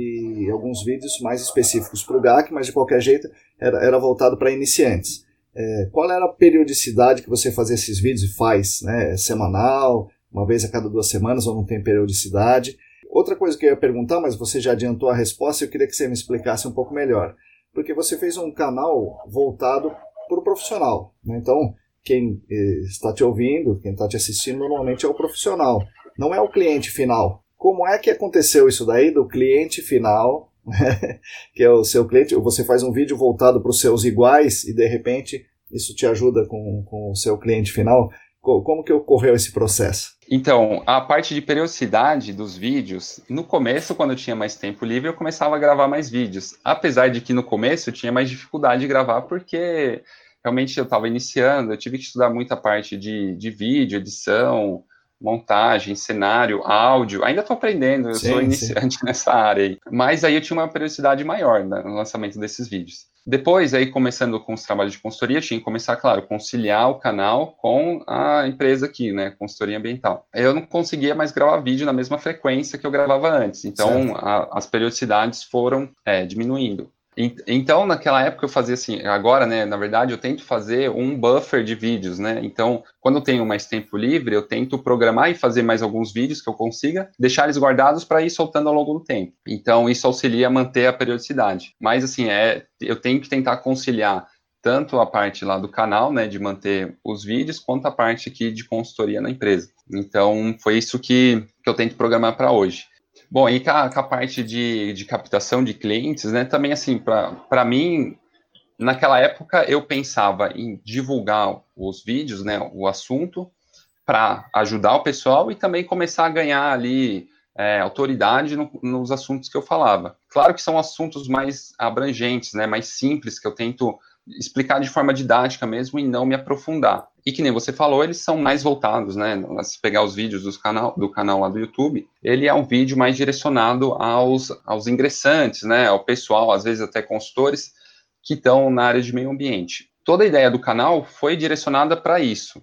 e alguns vídeos mais específicos para o G A C, mas de qualquer jeito era, era voltado para iniciantes. É, qual era a periodicidade que você fazia esses vídeos e faz? Né? Semanal, uma vez a cada duas semanas ou não tem periodicidade? Outra coisa que eu ia perguntar, mas você já adiantou a resposta, eu queria que você me explicasse um pouco melhor. Porque você fez um canal voltado para o profissional. Né? Então, quem eh, está te ouvindo, quem está te assistindo, normalmente é o profissional, não é o cliente final. Como é que aconteceu isso daí do cliente final, que é o seu cliente, você faz um vídeo voltado para os seus iguais e de repente isso te ajuda com, com o seu cliente final? Como que ocorreu esse processo? Então, a parte de periodicidade dos vídeos, no começo, quando eu tinha mais tempo livre, eu começava a gravar mais vídeos. Apesar de que no começo eu tinha mais dificuldade de gravar, porque realmente eu estava iniciando, eu tive que estudar muita parte de, de vídeo, edição, montagem, cenário, áudio. Ainda estou aprendendo, eu sim, sou iniciante sim. nessa área aí. Mas aí eu tinha uma periodicidade maior, né, no lançamento desses vídeos. Depois, aí começando com os trabalhos de consultoria, eu tinha que começar, claro, conciliar o canal com a empresa aqui, né, consultoria ambiental. Eu não conseguia mais gravar vídeo na mesma frequência que eu gravava antes, então a, as periodicidades foram é, diminuindo. Então, naquela época eu fazia assim, agora, né, na verdade, eu tento fazer um buffer de vídeos, né, então, quando eu tenho mais tempo livre, eu tento programar e fazer mais alguns vídeos que eu consiga, deixar eles guardados para ir soltando ao longo do tempo. Então, isso auxilia a manter a periodicidade. Mas, assim, é, eu tenho que tentar conciliar tanto a parte lá do canal, né, de manter os vídeos, quanto a parte aqui de consultoria na empresa. Então, foi isso que, que eu tento programar para hoje. Bom, e com a, com a parte de, de captação de clientes, né, também assim, para mim, naquela época eu pensava em divulgar os vídeos, né, o assunto, para ajudar o pessoal e também começar a ganhar ali é, autoridade no, nos assuntos que eu falava. Claro que são assuntos mais abrangentes, né, mais simples, que eu tento explicar de forma didática mesmo e não me aprofundar. E que nem você falou, eles são mais voltados, né? Se pegar os vídeos dos canal, do canal lá do YouTube, ele é um vídeo mais direcionado aos, aos ingressantes, né? Ao pessoal, às vezes até consultores, que estão na área de meio ambiente. Toda a ideia do canal foi direcionada para isso.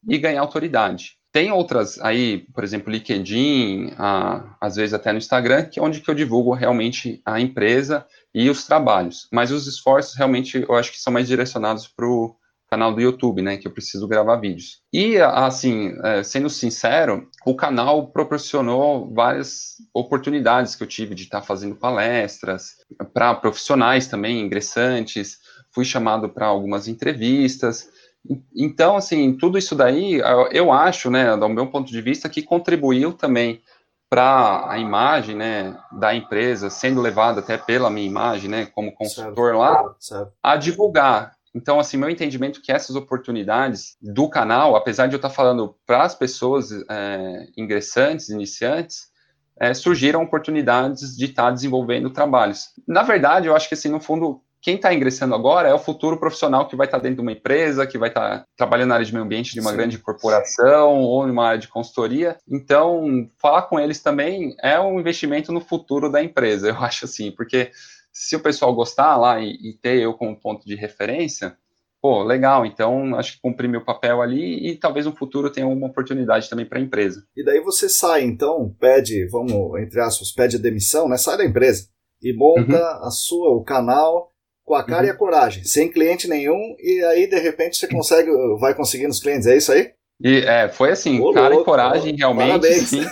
e ganhar autoridade. Tem outras aí, por exemplo, LinkedIn, a, às vezes até no Instagram, que é onde que eu divulgo realmente a empresa e os trabalhos. Mas os esforços realmente eu acho que são mais direcionados para o canal do YouTube, né, que eu preciso gravar vídeos. E, assim, sendo sincero, o canal proporcionou várias oportunidades que eu tive de estar fazendo palestras para profissionais também, ingressantes, fui chamado para algumas entrevistas. Então, assim, tudo isso daí, eu acho, né, do meu ponto de vista, que contribuiu também para a imagem, né, da empresa, sendo levada até pela minha imagem, né, como consultor certo, lá, certo. a divulgar. Então, assim, meu entendimento é que essas oportunidades do canal, apesar de eu estar falando para as pessoas é, ingressantes, iniciantes, é, surgiram oportunidades de estar desenvolvendo trabalhos. Na verdade, eu acho que, assim, no fundo, quem está ingressando agora é o futuro profissional que vai estar dentro de uma empresa, que vai estar trabalhando na área de meio ambiente de uma Sim. grande corporação ou numa área de consultoria. Então, falar com eles também é um investimento no futuro da empresa, eu acho assim, porque se o pessoal gostar lá e, e ter eu como ponto de referência, pô, legal, então acho que cumpri meu papel ali e talvez no futuro tenha uma oportunidade também para a empresa. E daí você sai, então, pede, vamos, entre aspas, pede demissão, né? Sai da empresa e monta uhum. a sua, o canal com a cara uhum. e a coragem, sem cliente nenhum, e aí de repente você consegue, vai conseguindo os clientes, é isso aí? E é, foi assim, Ô, cara louco, e coragem, ó, realmente, parabéns. sim,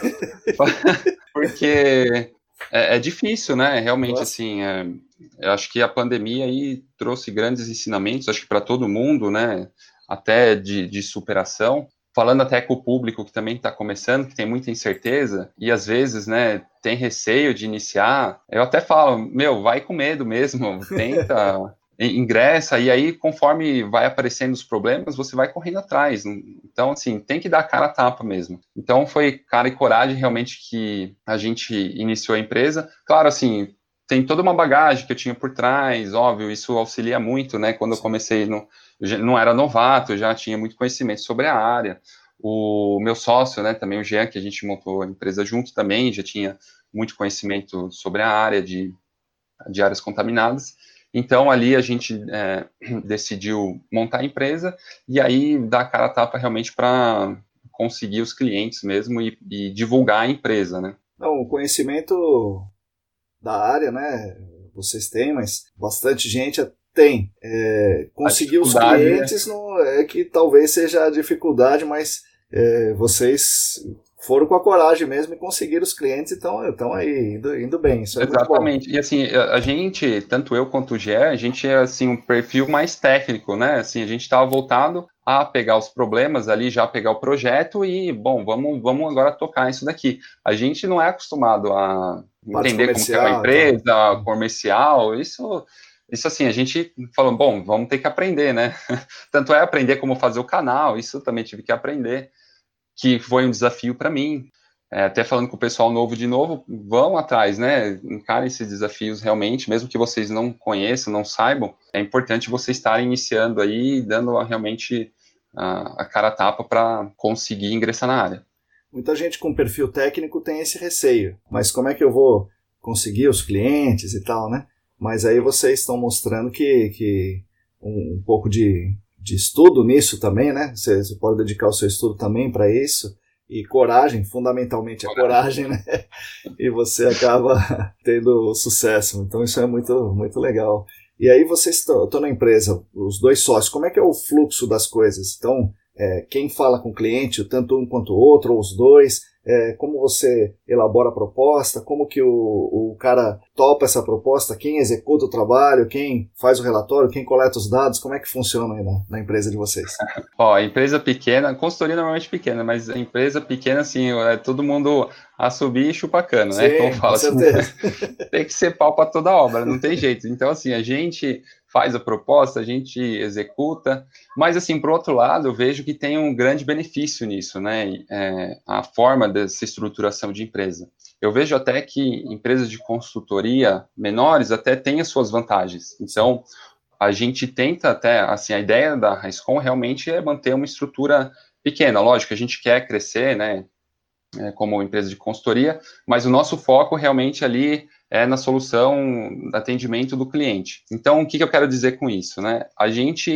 porque é, é difícil, né, realmente, Nossa. assim, é, eu acho que a pandemia aí trouxe grandes ensinamentos, acho que para todo mundo, né, até de, de superação, falando até com o público que também está começando, que tem muita incerteza, e às vezes, né, tem receio de iniciar, eu até falo, meu, vai com medo mesmo, tenta, ingressa, e aí, conforme vai aparecendo os problemas, você vai correndo atrás. Então, assim, tem que dar cara a tapa mesmo. Então, foi cara e coragem, realmente, que a gente iniciou a empresa. Claro, assim, tem toda uma bagagem que eu tinha por trás, óbvio, isso auxilia muito, né, quando eu comecei no... Eu não era novato, eu já tinha muito conhecimento sobre a área. O meu sócio, né, também o Jean, que a gente montou a empresa junto também, já tinha muito conhecimento sobre a área de, de áreas contaminadas. Então, ali a gente é, decidiu montar a empresa e aí dar a cara a tapa realmente para conseguir os clientes mesmo e, e divulgar a empresa, né? Não, o conhecimento da área, né, vocês têm, mas bastante gente tem. É, conseguir os clientes é... não é que talvez seja a dificuldade, mas é, vocês foram com a coragem mesmo e conseguiram os clientes e estão aí, indo, indo bem. Isso é Exatamente. Muito bom. E assim, a gente, tanto eu quanto o Gé, a gente é assim, um perfil mais técnico, né? Assim, a gente estava voltado a pegar os problemas ali, já pegar o projeto e, bom, vamos, vamos agora tocar isso daqui. A gente não é acostumado a entender como que é uma empresa, tá? Comercial, isso... Isso assim, a gente falou, bom, vamos ter que aprender, né? Tanto é aprender como fazer o canal, isso também tive que aprender, que foi um desafio para mim. É, até falando com o pessoal novo de novo, vão atrás, né? Encarem esses desafios realmente, mesmo que vocês não conheçam, não saibam, é importante vocês estarem iniciando aí, dando realmente a, a cara a tapa para conseguir ingressar na área. Muita gente com perfil técnico tem esse receio, mas como é que eu vou conseguir os clientes e tal, né? Mas aí vocês estão mostrando que, que um, um pouco de, de estudo nisso também, né? Você, você pode dedicar o seu estudo também para isso. E coragem, fundamentalmente a coragem, né? E você acaba tendo sucesso. Então isso é muito, muito legal. E aí vocês estão na empresa, os dois sócios, como é que é o fluxo das coisas? Então, é, quem fala com o cliente, tanto um quanto o outro, ou os dois... É, como você elabora a proposta, como que o, o cara topa essa proposta, quem executa o trabalho, quem faz o relatório, quem coleta os dados, como é que funciona aí na, na empresa de vocês? Ó, a empresa pequena, consultoria normalmente pequena, mas a empresa pequena, assim, é todo mundo a subir e chupa cano, né? Sim, Como fala, com certeza. Assim, tem que ser pau para toda obra, não tem jeito. Então, assim, a gente faz a proposta, a gente executa, mas, assim, por outro lado, eu vejo que tem um grande benefício nisso, né? É, a forma dessa estruturação de empresa. Eu vejo até que empresas de consultoria menores até têm as suas vantagens. Então, a gente tenta até, assim, a ideia da Raiscom realmente é manter uma estrutura pequena. Lógico, a gente quer crescer, né, é, como empresa de consultoria, mas o nosso foco realmente ali é na solução, atendimento do cliente. Então, o que, que eu quero dizer com isso, né? A gente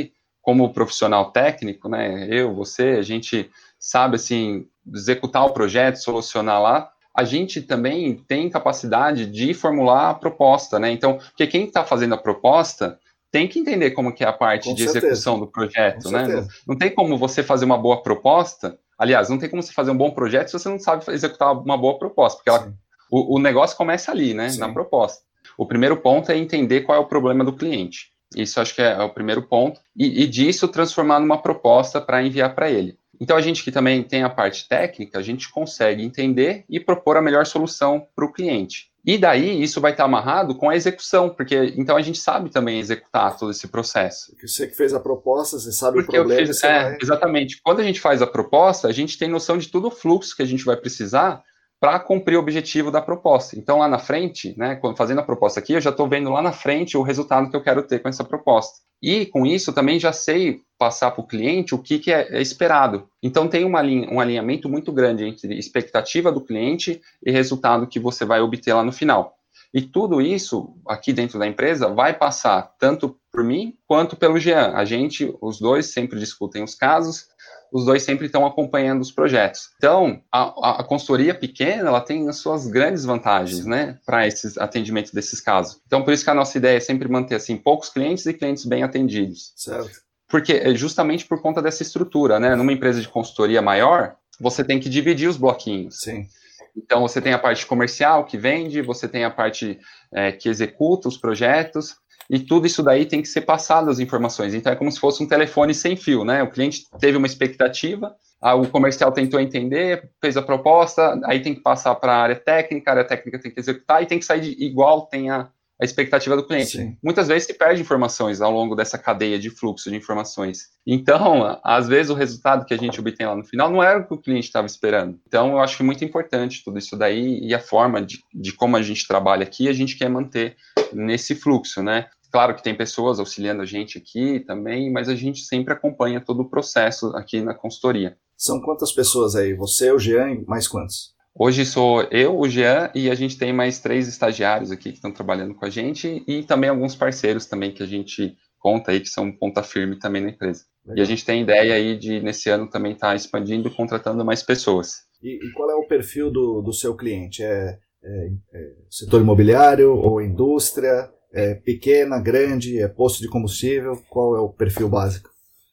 como profissional técnico, né, eu, você, a gente sabe, assim, executar o projeto, solucionar lá, a gente também tem capacidade de formular a proposta, né, então, porque quem está fazendo a proposta tem que entender como que é a parte Com de certeza. execução do projeto, Com né, não, certeza. não tem como você fazer uma boa proposta, aliás, não tem como você fazer um bom projeto se você não sabe executar uma boa proposta, porque ela, o, o negócio começa ali, né, Sim. na proposta. O primeiro ponto é entender qual é o problema do cliente. Isso acho que é, é o primeiro ponto. E, e disso transformar numa proposta para enviar para ele. Então, a gente que também tem a parte técnica, a gente consegue entender e propor a melhor solução para o cliente. E daí, isso vai estar amarrado com a execução, porque então a gente sabe também executar todo esse processo. Porque você que fez a proposta, você sabe Porque o problema eu fiz, e você é, vai... Exatamente. Quando a gente faz a proposta, a gente tem noção de todo o fluxo que a gente vai precisar para cumprir o objetivo da proposta. Então, lá na frente, né, quando fazendo a proposta aqui, eu já estou vendo lá na frente o resultado que eu quero ter com essa proposta. E, com isso, também já sei passar para o cliente o que, que é esperado. Então, tem uma linha, um alinhamento muito grande entre expectativa do cliente e resultado que você vai obter lá no final. E tudo isso, aqui dentro da empresa, vai passar tanto por mim quanto pelo Jean. A gente, os dois, sempre discutem os casos, os dois sempre estão acompanhando os projetos. Então, a, a consultoria pequena, ela tem as suas grandes vantagens, né, para esses atendimentos desses casos. Então, por isso que a nossa ideia é sempre manter, assim, poucos clientes e clientes bem atendidos. Certo. Porque é justamente por conta dessa estrutura, né, numa empresa de consultoria maior, você tem que dividir os bloquinhos. Sim. Então, você tem a parte comercial que vende, você tem a parte é, que executa os projetos, e tudo isso daí tem que ser passado as informações. Então, é como se fosse um telefone sem fio, né? O cliente teve uma expectativa, o comercial tentou entender, fez a proposta, aí tem que passar para a área técnica, a área técnica tem que executar, e tem que sair de, igual tem a, a expectativa do cliente. Sim. Muitas vezes se perde informações ao longo dessa cadeia de fluxo de informações. Então, às vezes o resultado que a gente obtém lá no final não era o que o cliente estava esperando. Então, eu acho que é muito importante tudo isso daí, e a forma de, de como a gente trabalha aqui, a gente quer manter nesse fluxo, né? Claro que tem pessoas auxiliando a gente aqui também, mas a gente sempre acompanha todo o processo aqui na consultoria. São quantas pessoas aí? Você, o Jean e mais quantos? Hoje sou eu, o Jean, e a gente tem mais três estagiários aqui que estão trabalhando com a gente, e também alguns parceiros também que a gente conta aí, que são ponta firme também na empresa. Legal. E a gente tem ideia aí de, nesse ano, também estar tá expandindo e contratando mais pessoas. E, e qual é o perfil do, do seu cliente? É, é, é setor imobiliário ou indústria? É pequena, grande, é posto de combustível? Qual é o perfil básico?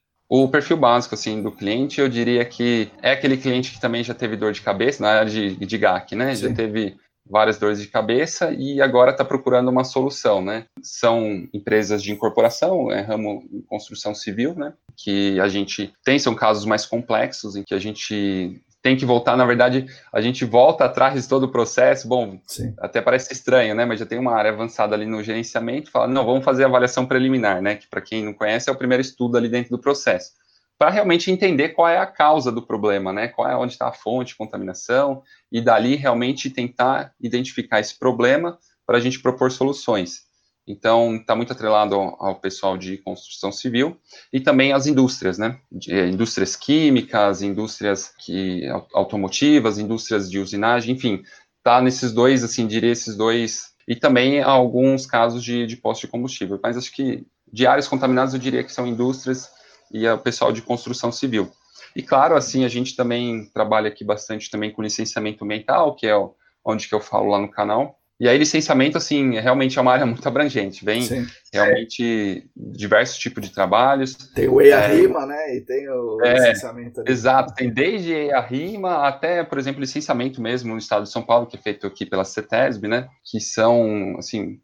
O perfil básico, assim, do cliente, eu diria que é aquele cliente que também já teve dor de cabeça, na área de, de G A C, né? Sim. Já teve várias dores de cabeça e agora está procurando uma solução, né? São empresas de incorporação, é ramo de construção civil, né? Que a gente tem, são casos mais complexos em que a gente tem que voltar, na verdade, a gente volta atrás de todo o processo, bom, sim, até parece estranho, né, mas já tem uma área avançada ali no gerenciamento, fala, não, vamos fazer a avaliação preliminar, né, que para quem não conhece é o primeiro estudo ali dentro do processo, para realmente entender qual é a causa do problema, né, qual é onde está a fonte de contaminação, e dali realmente tentar identificar esse problema para a gente propor soluções. Então, está muito atrelado ao, ao pessoal de construção civil e também às indústrias, né? De, indústrias químicas, indústrias que, automotivas, indústrias de usinagem, enfim, está nesses dois, assim, diria esses dois, e também alguns casos de, de posto de combustível. Mas acho que de áreas contaminadas eu diria que são indústrias e o pessoal de construção civil. E claro, assim, a gente também trabalha aqui bastante também com licenciamento ambiental, que é o, onde que eu falo lá no canal. E aí, licenciamento, assim, realmente é uma área muito abrangente, vem Sim. realmente diversos tipos de trabalhos. Tem o EIA-RIMA, é, né, e tem o é, licenciamento. Ali. Exato, tem desde EIA-RIMA até, por exemplo, licenciamento mesmo no estado de São Paulo, que é feito aqui pela CETESB, né, que são, assim,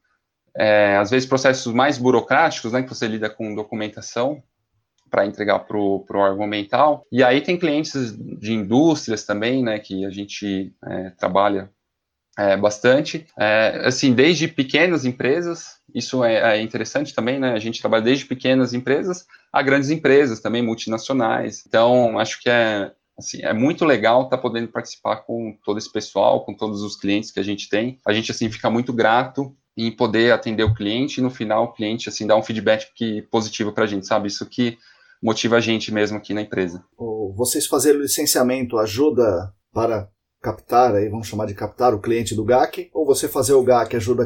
é, às vezes processos mais burocráticos, né, que você lida com documentação para entregar para o órgão ambiental. E aí tem clientes de indústrias também, né, que a gente é, trabalha É, bastante, é, assim, desde pequenas empresas, isso é, é interessante também, né, a gente trabalha desde pequenas empresas a grandes empresas também, multinacionais, então acho que é, assim, é muito legal estar tá podendo participar com todo esse pessoal, com todos os clientes que a gente tem, a gente, assim, fica muito grato em poder atender o cliente e no final o cliente, assim, dá um feedback que, positivo para a gente, sabe, isso que motiva a gente mesmo aqui na empresa. Vocês fazerem o licenciamento ajuda para captar, aí vamos chamar de captar o cliente do G A C, ou você fazer o G A C ajuda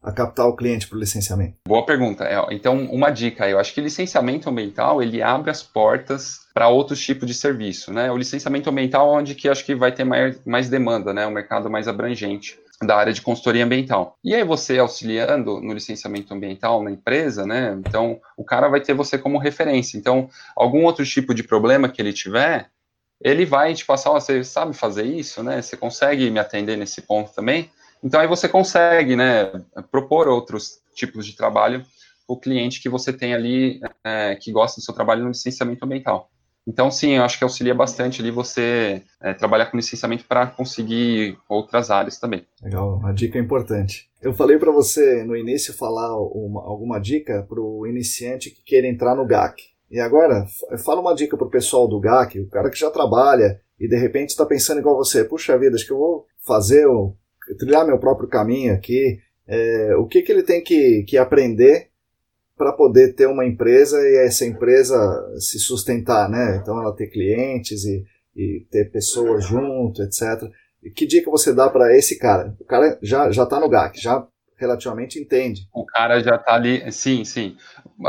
a captar o cliente para o licenciamento? Boa pergunta. É, então, uma dica, eu acho que licenciamento ambiental, ele abre as portas para outros tipos de serviço, né? O licenciamento ambiental é onde que acho que vai ter mais, mais demanda, né? Um mercado mais abrangente da área de consultoria ambiental. E aí você auxiliando no licenciamento ambiental na empresa, né? Então, o cara vai ter você como referência. Então, algum outro tipo de problema que ele tiver, ele vai te passar, oh, você sabe fazer isso, né? Você consegue me atender nesse ponto também? Então, aí você consegue, né, propor outros tipos de trabalho para o cliente que você tem ali, é, que gosta do seu trabalho no licenciamento ambiental. Então, sim, eu acho que auxilia bastante ali você é, trabalhar com licenciamento para conseguir outras áreas também. Legal, uma dica importante. Eu falei para você no início falar uma, alguma dica para o iniciante que queira entrar no G A C. E agora, fala uma dica para o pessoal do G A C, o cara que já trabalha e de repente está pensando igual você, puxa vida, acho que eu vou fazer, o, trilhar meu próprio caminho aqui. É, o que, que ele tem que, que aprender para poder ter uma empresa e essa empresa se sustentar, né? Então ela ter clientes e, e ter pessoas junto, etcétera. E que dica você dá para esse cara? O cara já já está no G A C, já relativamente entende. O cara já está ali, sim, sim.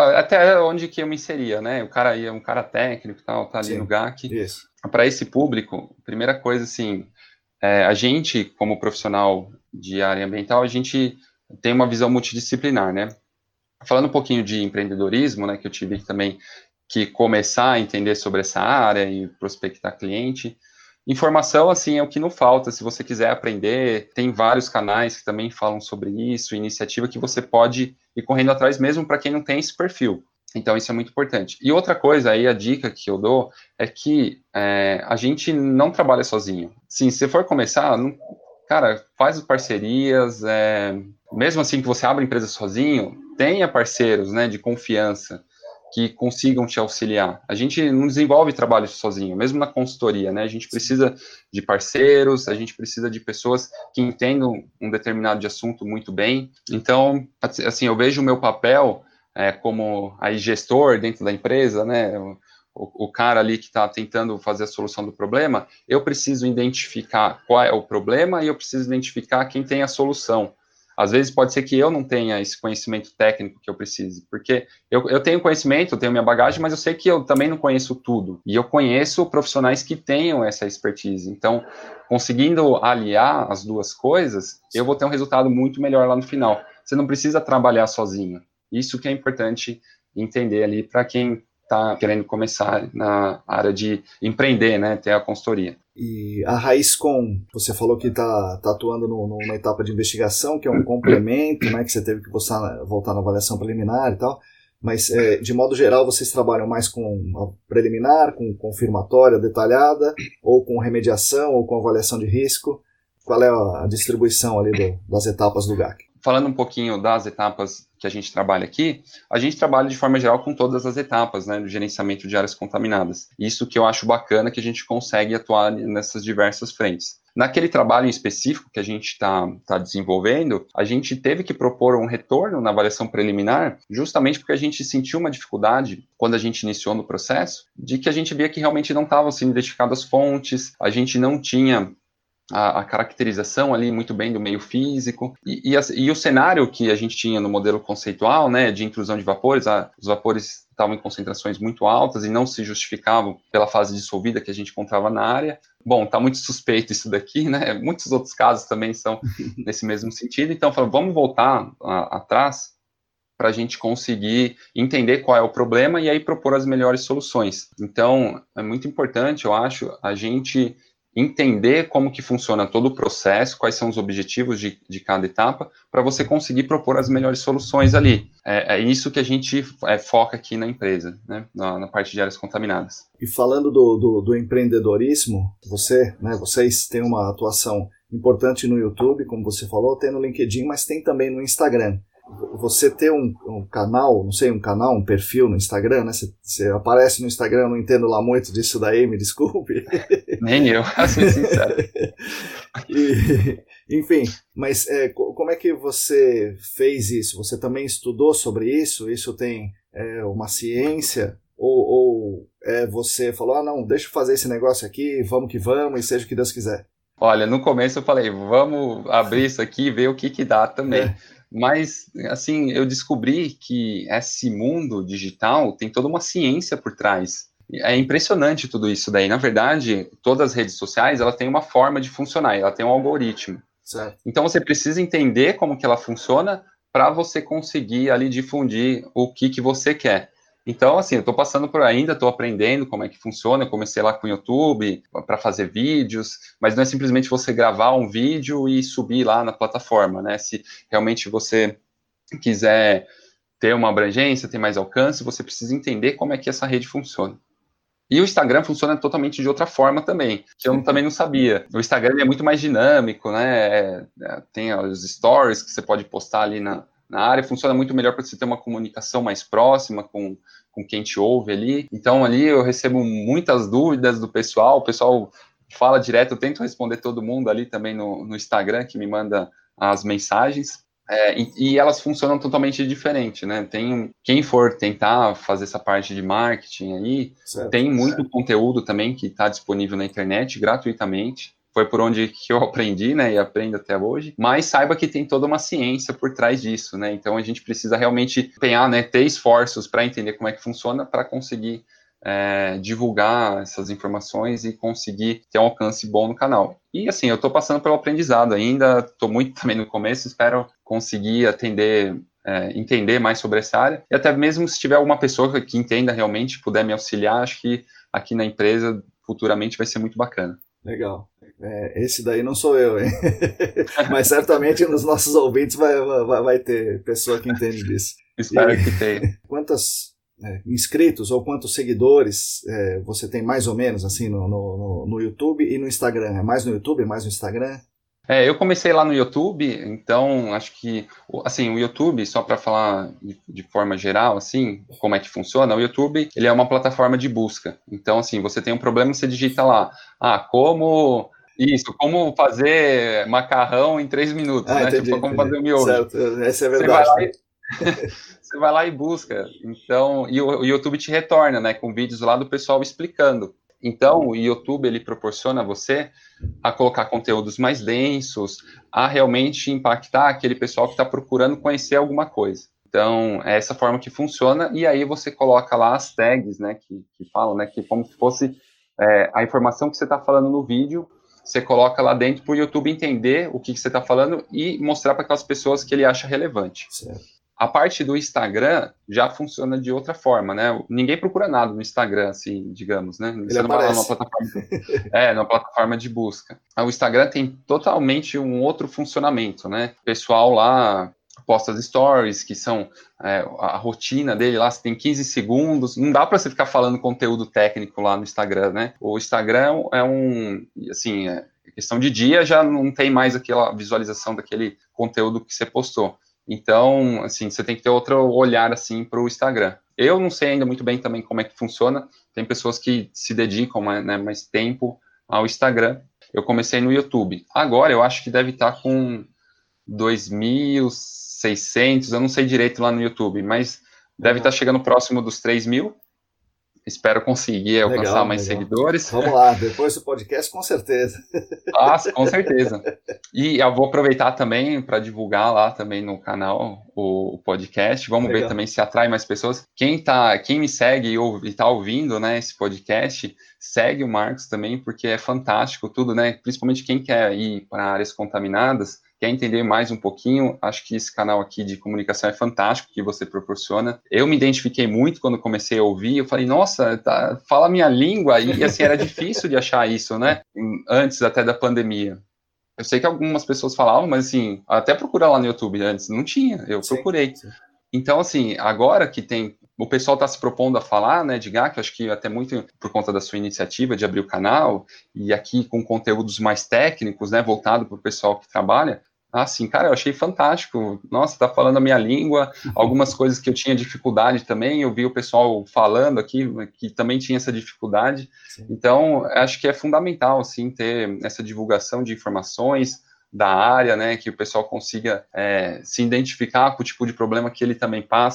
Até onde que eu me inseria, né? O cara é um cara técnico, tal, tá ali sim, no G A C. Para esse público, primeira coisa, assim, é, a gente, como profissional de área ambiental, a gente tem uma visão multidisciplinar, né? Falando um pouquinho de empreendedorismo, né, que eu tive também que começar a entender sobre essa área e prospectar cliente. Informação, assim, é o que não falta. Se você quiser aprender, tem vários canais que também falam sobre isso, iniciativa que você pode ir correndo atrás mesmo para quem não tem esse perfil. Então, isso é muito importante. E outra coisa, aí a dica que eu dou é que é, a gente não trabalha sozinho. Sim, se você for começar, não, cara, faz parcerias, é, mesmo assim que você abre a empresa sozinho, tenha parceiros, né, de confiança que consigam te auxiliar. A gente não desenvolve trabalho sozinho, mesmo na consultoria, né, a gente precisa de parceiros, a gente precisa de pessoas que entendam um determinado assunto muito bem. Então, assim, eu vejo o meu papel é, como aí gestor dentro da empresa, né, o, o cara ali que está tentando fazer a solução do problema, eu preciso identificar qual é o problema e eu preciso identificar quem tem a solução. Às vezes pode ser que eu não tenha esse conhecimento técnico que eu preciso, porque eu, eu tenho conhecimento, eu tenho minha bagagem, mas eu sei que eu também não conheço tudo. E eu conheço profissionais que tenham essa expertise. Então, conseguindo aliar as duas coisas, eu vou ter um resultado muito melhor lá no final. Você não precisa trabalhar sozinho. Isso que é importante entender ali para quem está querendo começar na área de empreender, né, ter a consultoria. E a RaízCon, você falou que está tá atuando no, numa etapa de investigação, que é um complemento, né, que você teve que voltar, voltar na avaliação preliminar e tal, mas é, de modo geral vocês trabalham mais com a preliminar, com confirmatória detalhada, ou com remediação, ou com avaliação de risco? Qual é a distribuição ali do, das etapas do G A C? Falando um pouquinho das etapas que a gente trabalha aqui, a gente trabalha de forma geral com todas as etapas, né, do gerenciamento de áreas contaminadas. Isso que eu acho bacana, que a gente consegue atuar nessas diversas frentes. Naquele trabalho em específico que a gente está tá desenvolvendo, a gente teve que propor um retorno na avaliação preliminar, justamente porque a gente sentiu uma dificuldade, quando a gente iniciou no processo, de que a gente via que realmente não estavam sendo identificadas fontes, a gente não tinha A, a caracterização ali muito bem do meio físico, e, e, a, e o cenário que a gente tinha no modelo conceitual, né, de intrusão de vapores, a, os vapores estavam em concentrações muito altas e não se justificavam pela fase dissolvida que a gente encontrava na área. Bom, está muito suspeito isso daqui, né, muitos outros casos também são nesse mesmo sentido, então falamos, vamos voltar a, atrás para a gente conseguir entender qual é o problema e aí propor as melhores soluções. Então, é muito importante, eu acho, a gente entender como que funciona todo o processo, quais são os objetivos de, de cada etapa, para você conseguir propor as melhores soluções ali. É, é isso que a gente é, foca aqui na empresa, né, na, na parte de áreas contaminadas. E falando do, do, do empreendedorismo, você, né, vocês têm uma atuação importante no YouTube, como você falou, tem no LinkedIn, mas tem também no Instagram. Você ter um, um canal, não sei, um canal, um perfil no Instagram, né? Você, você aparece no Instagram, eu não entendo lá muito disso daí, me desculpe. Nem eu, a ser sincero. E, enfim, mas é, como é que você fez isso? Você também estudou sobre isso? Isso tem é, uma ciência? Ou, ou é, você falou, ah não, deixa eu fazer esse negócio aqui, vamos que vamos, e seja o que Deus quiser? Olha, no começo eu falei, vamos abrir isso aqui e ver o que que dá também. É. Mas, assim, eu descobri que esse mundo digital tem toda uma ciência por trás. É impressionante tudo isso daí. Na verdade, todas as redes sociais, ela tem uma forma de funcionar, ela tem um algoritmo. Certo. Então, você precisa entender como que ela funciona para você conseguir ali difundir o que, que você quer. Então, assim, eu estou passando por ainda, estou aprendendo como é que funciona. Eu comecei lá com o YouTube para fazer vídeos, mas não é simplesmente você gravar um vídeo e subir lá na plataforma, né? Se realmente você quiser ter uma abrangência, ter mais alcance, você precisa entender como é que essa rede funciona. E o Instagram funciona totalmente de outra forma também, que eu também não sabia. O Instagram é muito mais dinâmico, né? É, é, tem os stories que você pode postar ali na, na área, funciona muito melhor para você ter uma comunicação mais próxima com, com quem te ouve ali. Então, ali eu recebo muitas dúvidas do pessoal, o pessoal fala direto, eu tento responder todo mundo ali também no, no Instagram, que me manda as mensagens. É, e, e elas funcionam totalmente diferente, né? Tem, quem for tentar fazer essa parte de marketing aí, Certo. tem muito conteúdo também que está disponível na internet gratuitamente. Foi por onde que eu aprendi, né? E aprendo até hoje. Mas saiba que tem toda uma ciência por trás disso, né? Então a gente precisa realmente empenhar, né? Ter esforços para entender como é que funciona para conseguir É, divulgar essas informações e conseguir ter um alcance bom no canal. E assim, eu estou passando pelo aprendizado ainda, estou muito também no começo, espero conseguir atender, é, entender mais sobre essa área, e até mesmo se tiver alguma pessoa que entenda realmente, puder me auxiliar, acho que aqui na empresa futuramente vai ser muito bacana. Legal. É, esse daí não sou eu, hein? Mas certamente nos nossos ouvintes vai, vai, vai ter pessoa que entende disso. Espero e... que tenha. Quantas É, inscritos ou quantos seguidores é, você tem mais ou menos assim no, no, no YouTube e no Instagram? É mais no YouTube, é mais no Instagram? É, eu comecei lá no YouTube, então acho que, assim, o YouTube, só para falar de, de forma geral, assim, como é que funciona, o YouTube, ele é uma plataforma de busca. Então, assim, você tem um problema, você digita lá, ah, como... Isso, como fazer macarrão em três minutos, Ah, né? entendi, Tipo, como entendi. fazer um miojo. Certo, essa é Você vai verdade. lá e você vai lá e busca. Então, e o, o YouTube te retorna, né, com vídeos lá do pessoal explicando. Então, o YouTube, ele proporciona a você a colocar conteúdos mais densos, a realmente impactar aquele pessoal que está procurando conhecer alguma coisa. Então, é essa forma que funciona, e aí você coloca lá as tags, né, que, que falam, né, que como se fosse é, a informação que você está falando no vídeo, você coloca lá dentro para o YouTube entender o que, que você está falando e mostrar para aquelas pessoas que ele acha relevante. Certo. A parte do Instagram já funciona de outra forma, né? Ninguém procura nada no Instagram, assim, digamos, né? Ele Você não vai lá numa aparece. plataforma, é, numa plataforma de busca. O Instagram tem totalmente um outro funcionamento, né? O pessoal lá posta as stories, que são é, a rotina dele lá, você tem quinze segundos, não dá para você ficar falando conteúdo técnico lá no Instagram, né? O Instagram é um, assim, é questão de dia, já não tem mais aquela visualização daquele conteúdo que você postou. Então, assim, você tem que ter outro olhar, assim, para o Instagram. Eu não sei ainda muito bem também como é que funciona. Tem pessoas que se dedicam, né, mais tempo ao Instagram. Eu comecei no YouTube. Agora, eu acho que deve estar com dois mil e seiscentos, eu não sei direito lá no YouTube, mas deve Legal. estar chegando próximo dos três mil. Espero conseguir alcançar Legal, mais legal. seguidores. Vamos lá, depois do podcast, com certeza. Ah, com certeza. E eu vou aproveitar também para divulgar lá também no canal o, o podcast. Vamos Legal. ver também se atrai mais pessoas. Quem tá, quem me segue e está ouvindo, né, esse podcast, segue o Marcos também, porque é fantástico tudo, né? Principalmente quem quer ir para áreas contaminadas, quer entender mais um pouquinho, acho que esse canal aqui de comunicação é fantástico que você proporciona. Eu me identifiquei muito quando comecei a ouvir, eu falei, nossa, tá, fala a minha língua, e assim, era difícil de achar isso, né? Antes até da pandemia. Eu sei que algumas pessoas falavam, mas assim, até procura lá no YouTube antes, não tinha, eu Sim, procurei. sim. Então, assim, agora que tem, o pessoal está se propondo a falar, né, de G A C, acho que até muito por conta da sua iniciativa de abrir o canal, e aqui com conteúdos mais técnicos, né, voltado para o pessoal que trabalha, assim, cara, eu achei fantástico, nossa, tá falando a minha língua, algumas coisas que eu tinha dificuldade também, eu vi o pessoal falando aqui, que também tinha essa dificuldade, sim. Então, acho que é fundamental, assim, ter essa divulgação de informações da área, né, que o pessoal consiga é, se identificar com o tipo de problema que ele também passa.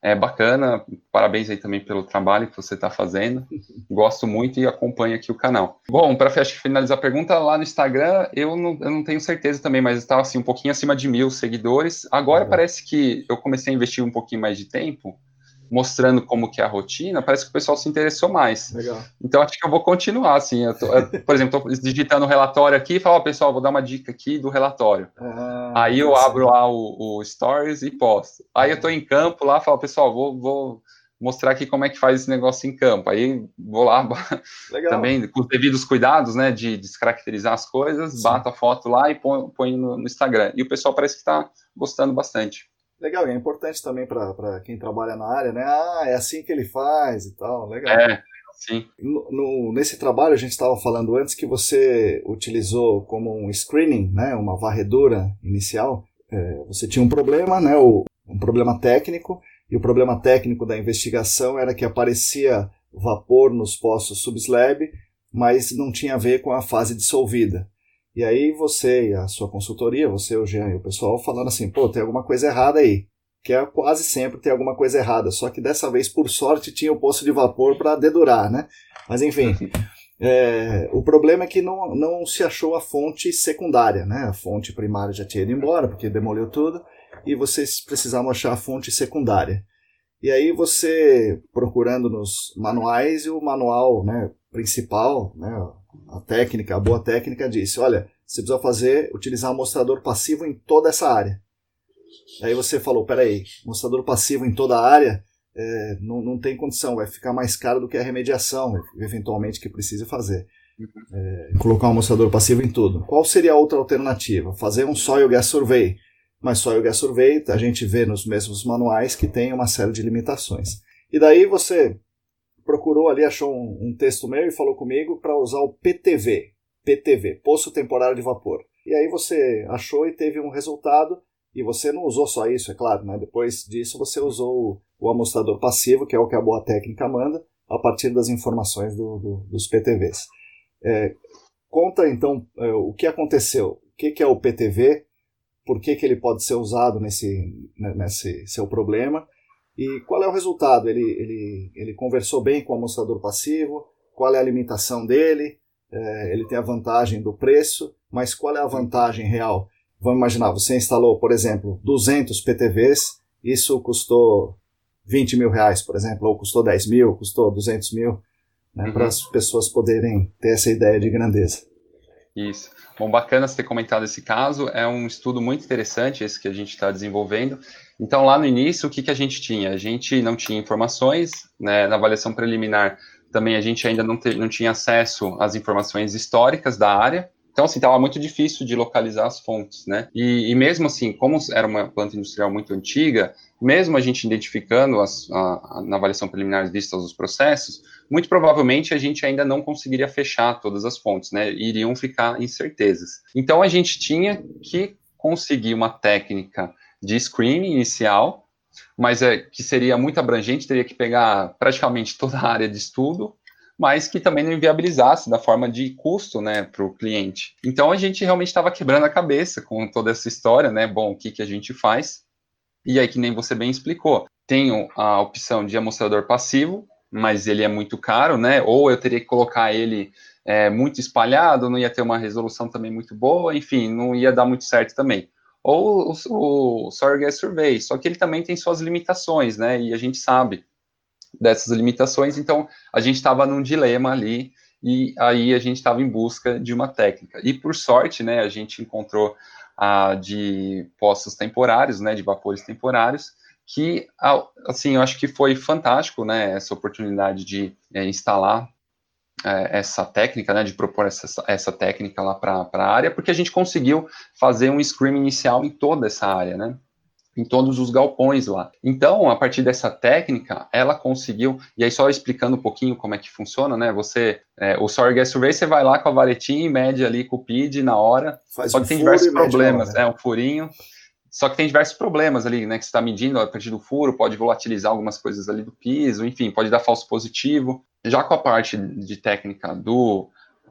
é bacana, parabéns aí também pelo trabalho que você está fazendo, gosto muito e acompanho aqui o canal. Bom, para finalizar a pergunta, lá no Instagram, eu não, eu não tenho certeza também, mas estava assim, um pouquinho acima de mil seguidores, agora Legal. Parece que eu comecei a investir um pouquinho mais de tempo, mostrando como que é a rotina, parece que o pessoal se interessou mais. Legal. Então, acho que eu vou continuar, assim, eu tô, eu, por exemplo, estou digitando o relatório aqui e falo, ó, pessoal, vou dar uma dica aqui do relatório. Ah, Aí eu abro lá o, o Stories e posto. Aí eu estou em campo lá, falo, pessoal, vou, vou mostrar aqui como é que faz esse negócio em campo. Aí vou lá, Legal. Também com os devidos cuidados, né, de descaracterizar as coisas, Sim. bato a foto lá e ponho, ponho no, no Instagram. E o pessoal parece que está gostando bastante. Legal, e é importante também para quem trabalha na área, né? Ah, é assim que ele faz e tal, legal. É, sim. No, no, nesse trabalho, a gente estava falando antes que você utilizou como um screening, né? Uma varredura inicial. É, você tinha um problema, né? O, um problema técnico, e o problema técnico da investigação era que aparecia vapor nos poços subslab, mas não tinha a ver com a fase dissolvida. E aí você e a sua consultoria, você, o Jean e o pessoal falando assim, pô, tem alguma coisa errada aí. Que é quase sempre tem alguma coisa errada, só que dessa vez, por sorte, tinha o poço de vapor para dedurar, né? Mas enfim, é, o problema é que não, não se achou a fonte secundária, né? A fonte primária já tinha ido embora, porque demoliu tudo, e vocês precisavam achar a fonte secundária. E aí você, procurando nos manuais, e o manual, né, principal, né, a técnica, a boa técnica disse, olha, você precisa fazer, utilizar amostrador passivo em toda essa área. Aí você falou, peraí, mostrador passivo em toda a área, é, não, não tem condição, vai ficar mais caro do que a remediação, eventualmente, que precise fazer. É, colocar um amostrador passivo em tudo. Qual seria a outra alternativa? Fazer um Soil Gas Survey. Mas Soil Gas Survey, a gente vê nos mesmos manuais que tem uma série de limitações. E daí você procurou ali, achou um, um texto meu e falou comigo para usar o P T V. P T V, Poço Temporário de Vapor. E aí você achou e teve um resultado, e você não usou só isso, é claro, né? Depois disso você usou o, o amostrador passivo, que é o que a boa técnica manda, a partir das informações do, do, dos P T Vs. É, conta então é, o que aconteceu, o que, que é o P T V, por que, que ele pode ser usado nesse, nesse seu problema, e qual é o resultado? Ele, ele, ele conversou bem com o amostrador passivo, qual é a limitação dele, é, ele tem a vantagem do preço, mas qual é a vantagem real? Vamos imaginar, você instalou, por exemplo, duzentos P T Vs, isso custou vinte mil reais, por exemplo, ou custou dez mil, custou duzentos mil, né, uhum. para as pessoas poderem ter essa ideia de grandeza. Isso. Bom, bacana você ter comentado esse caso, é um estudo muito interessante esse que a gente está desenvolvendo. Então, lá no início, o que, que a gente tinha? A gente não tinha informações, né, na avaliação preliminar também a gente ainda não, te, não tinha acesso às informações históricas da área, então, assim, estava muito difícil de localizar as fontes, né, e, e mesmo assim, como era uma planta industrial muito antiga, mesmo a gente identificando as, a, a, na avaliação preliminar vistas os processos, muito provavelmente a gente ainda não conseguiria fechar todas as fontes, né, iriam ficar incertezas. Então, a gente tinha que conseguir uma técnica de screening inicial, mas é, que seria muito abrangente, teria que pegar praticamente toda a área de estudo, mas que também não inviabilizasse da forma de custo, né, para o cliente. Então, a gente realmente estava quebrando a cabeça com toda essa história, né, bom, o que, que a gente faz? E aí, que nem você bem explicou, tenho a opção de amostrador passivo, mas ele é muito caro, né, ou eu teria que colocar ele é, muito espalhado, não ia ter uma resolução também muito boa, enfim, não ia dar muito certo também. Ou o, o Soil Gas Survey, só que ele também tem suas limitações, né, e a gente sabe dessas limitações, então a gente estava num dilema ali, e aí a gente estava em busca de uma técnica. E por sorte, né, a gente encontrou a de poços temporários, né, de vapores temporários, que, assim, eu acho que foi fantástico, né, essa oportunidade de é, instalar é, essa técnica, né, de propor essa, essa técnica lá para a área, porque a gente conseguiu fazer um screening inicial em toda essa área, né, em todos os galpões lá. Então, a partir dessa técnica, ela conseguiu, e aí só explicando um pouquinho como é que funciona, né, você, é, o Soil Gas Survey, você vai lá com a varetinha e mede ali com o P I D na hora, Faz só um que tem diversos problemas, hora, né? é um furinho, só que tem diversos problemas ali, né, que você está medindo a partir do furo, pode volatilizar algumas coisas ali do piso, enfim, pode dar falso positivo. Já com a parte de técnica do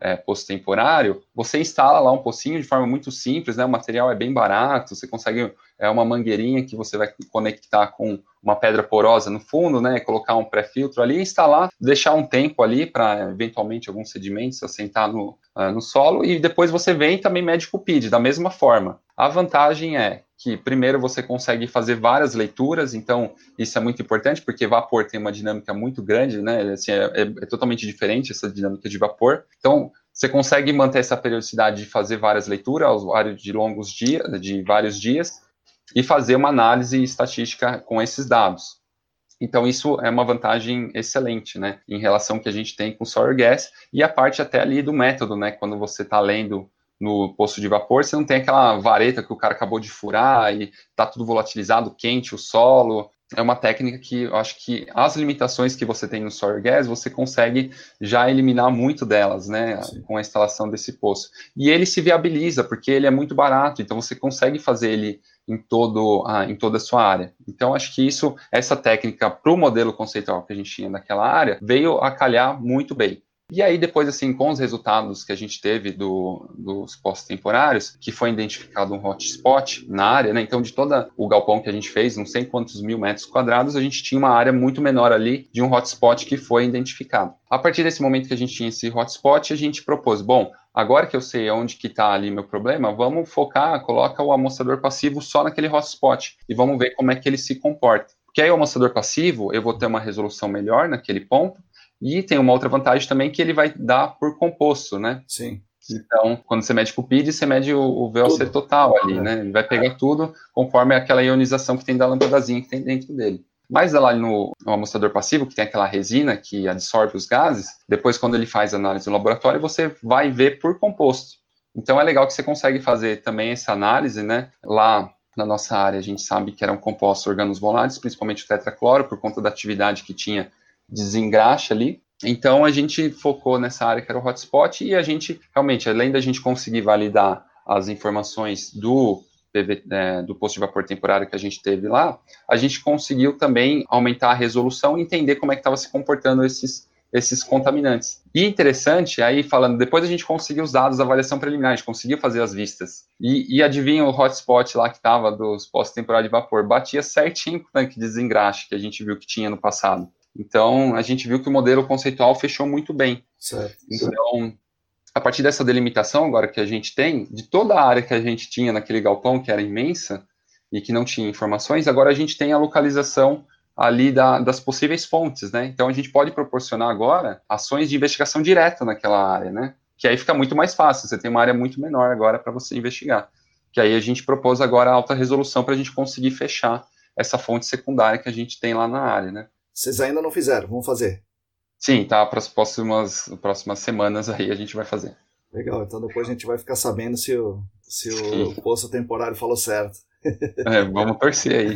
é, poço temporário, você instala lá um pocinho de forma muito simples, né? O material é bem barato, você consegue, é uma mangueirinha que você vai conectar com uma pedra porosa no fundo, né? Colocar um pré-filtro ali, instalar, deixar um tempo ali para, eventualmente, alguns sedimentos assentar no, uh, no solo, e depois você vem e também mede cupid, da mesma forma. A vantagem é que, primeiro, você consegue fazer várias leituras, então isso é muito importante, porque vapor tem uma dinâmica muito grande, né? Assim, é, é, é totalmente diferente essa dinâmica de vapor. Então, você consegue manter essa periodicidade de fazer várias leituras ao usuário de longos dias, de vários dias, e fazer uma análise estatística com esses dados. Então, isso é uma vantagem excelente, né? Em relação ao que a gente tem com o Soil Gas, e a parte até ali do método, né? Quando você está lendo no poço de vapor, você não tem aquela vareta que o cara acabou de furar e está tudo volatilizado, quente o solo. É uma técnica que eu acho que as limitações que você tem no Soil Gas, você consegue já eliminar muito delas, né, Sim. com a instalação desse poço. E ele se viabiliza, porque ele é muito barato, então você consegue fazer ele em, todo, ah, em toda a sua área. Então, acho que isso, essa técnica para o modelo conceitual que a gente tinha naquela área, veio a calhar muito bem. E aí, depois, assim, com os resultados que a gente teve do, dos poços temporários, que foi identificado um hotspot na área, né? Então, de todo o galpão que a gente fez, não sei quantos mil metros quadrados, a gente tinha uma área muito menor ali de um hotspot que foi identificado. A partir desse momento que a gente tinha esse hotspot, a gente propôs, bom, agora que eu sei onde que está ali meu problema, vamos focar, coloca o amostrador passivo só naquele hotspot e vamos ver como é que ele se comporta. Porque aí o amostrador passivo, eu vou ter uma resolução melhor naquele ponto. E tem uma outra vantagem também que ele vai dar por composto, né? Sim. Então, quando você mede cupid, você mede o, o V O C tudo. Total ali, é. né? Ele vai pegar tudo conforme aquela ionização que tem da lâmpadazinha que tem dentro dele. Mas lá no, no amostrador passivo, que tem aquela resina que absorve os gases, depois quando ele faz análise no laboratório, você vai ver por composto. Então é legal que você consegue fazer também essa análise, né? Lá na nossa área a gente sabe que eram compostos organosmolários, principalmente o tetracloro, por conta da atividade que tinha desengraxa ali. Então, a gente focou nessa área que era o hotspot e a gente, realmente, além da gente conseguir validar as informações do, P V, é, do poço de vapor temporário que a gente teve lá, a gente conseguiu também aumentar a resolução e entender como é que estava se comportando esses, esses contaminantes. E interessante, aí falando, depois a gente conseguiu os dados da avaliação preliminar, a gente conseguiu fazer as vistas. E, e adivinha o hotspot lá que estava dos poços temporários de vapor? Batia certinho com o tanque de desengraxe que a gente viu que tinha no passado. Então, a gente viu que o modelo conceitual fechou muito bem. Certo. Então, a partir dessa delimitação agora que a gente tem, de toda a área que a gente tinha naquele galpão, que era imensa, e que não tinha informações, agora a gente tem a localização ali da, das possíveis fontes, né? Então, a gente pode proporcionar agora ações de investigação direta naquela área, né? Que aí fica muito mais fácil, você tem uma área muito menor agora para você investigar. Que aí a gente propôs agora a alta resolução para a gente conseguir fechar essa fonte secundária que a gente tem lá na área, né? Vocês ainda não fizeram, vão fazer? Sim, tá, para as próximas, próximas semanas aí a gente vai fazer. Legal, então depois a gente vai ficar sabendo se o, se o poço temporário falou certo. É, vamos torcer aí.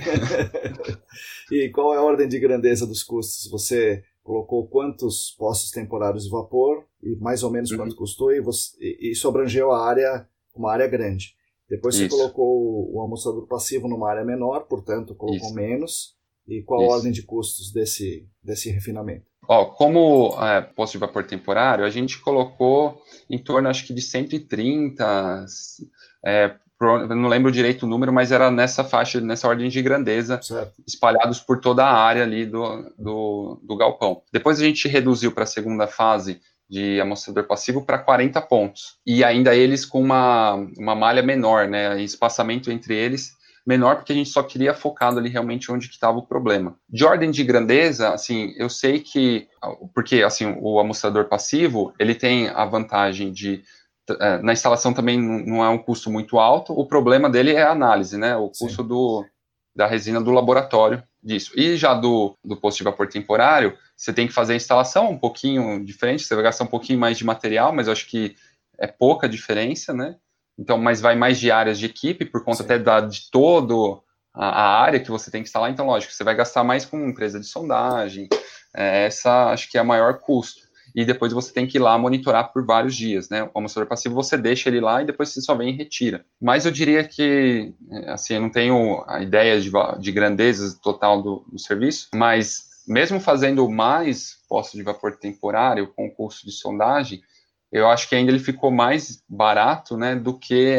E qual é a ordem de grandeza dos custos? Você colocou quantos poços temporários de vapor e mais ou menos quanto uhum. custou, e, você, e isso abrangeu a área, uma área grande. Depois você isso. colocou o amostrador passivo numa área menor, portanto colocou isso. menos. E qual Isso. a ordem de custos desse, desse refinamento? Ó, como é, poço de vapor temporário, a gente colocou em torno, acho que de cento e trinta, é, pro, eu não lembro direito o número, mas era nessa faixa, nessa ordem de grandeza, certo. Espalhados por toda a área ali do, do, do galpão. Depois a gente reduziu para a segunda fase de amostrador passivo para quarenta pontos. E ainda eles com uma, uma malha menor, né, espaçamento entre eles menor, porque a gente só queria focado ali realmente onde que estava o problema. De ordem de grandeza, assim, eu sei que, porque, assim, o amostrador passivo, ele tem a vantagem de, na instalação também não é um custo muito alto, o problema dele é a análise, né, o custo do, da resina do laboratório disso. E já do, do poço de vapor temporário, você tem que fazer a instalação um pouquinho diferente, você vai gastar um pouquinho mais de material, mas eu acho que é pouca diferença, né? Então, mas vai mais de áreas de equipe, por conta Sim. até da, de toda a, a área que você tem que instalar. Então, lógico, você vai gastar mais com empresa de sondagem. É, essa, acho que é a maior custo. E depois você tem que ir lá monitorar por vários dias, né? O amostrador passivo, você deixa ele lá e depois você só vem e retira. Mas eu diria que, assim, eu não tenho a ideia de, de grandeza total do, do serviço, mas mesmo fazendo mais poço de vapor temporário com custo de sondagem, eu acho que ainda ele ficou mais barato, né, do que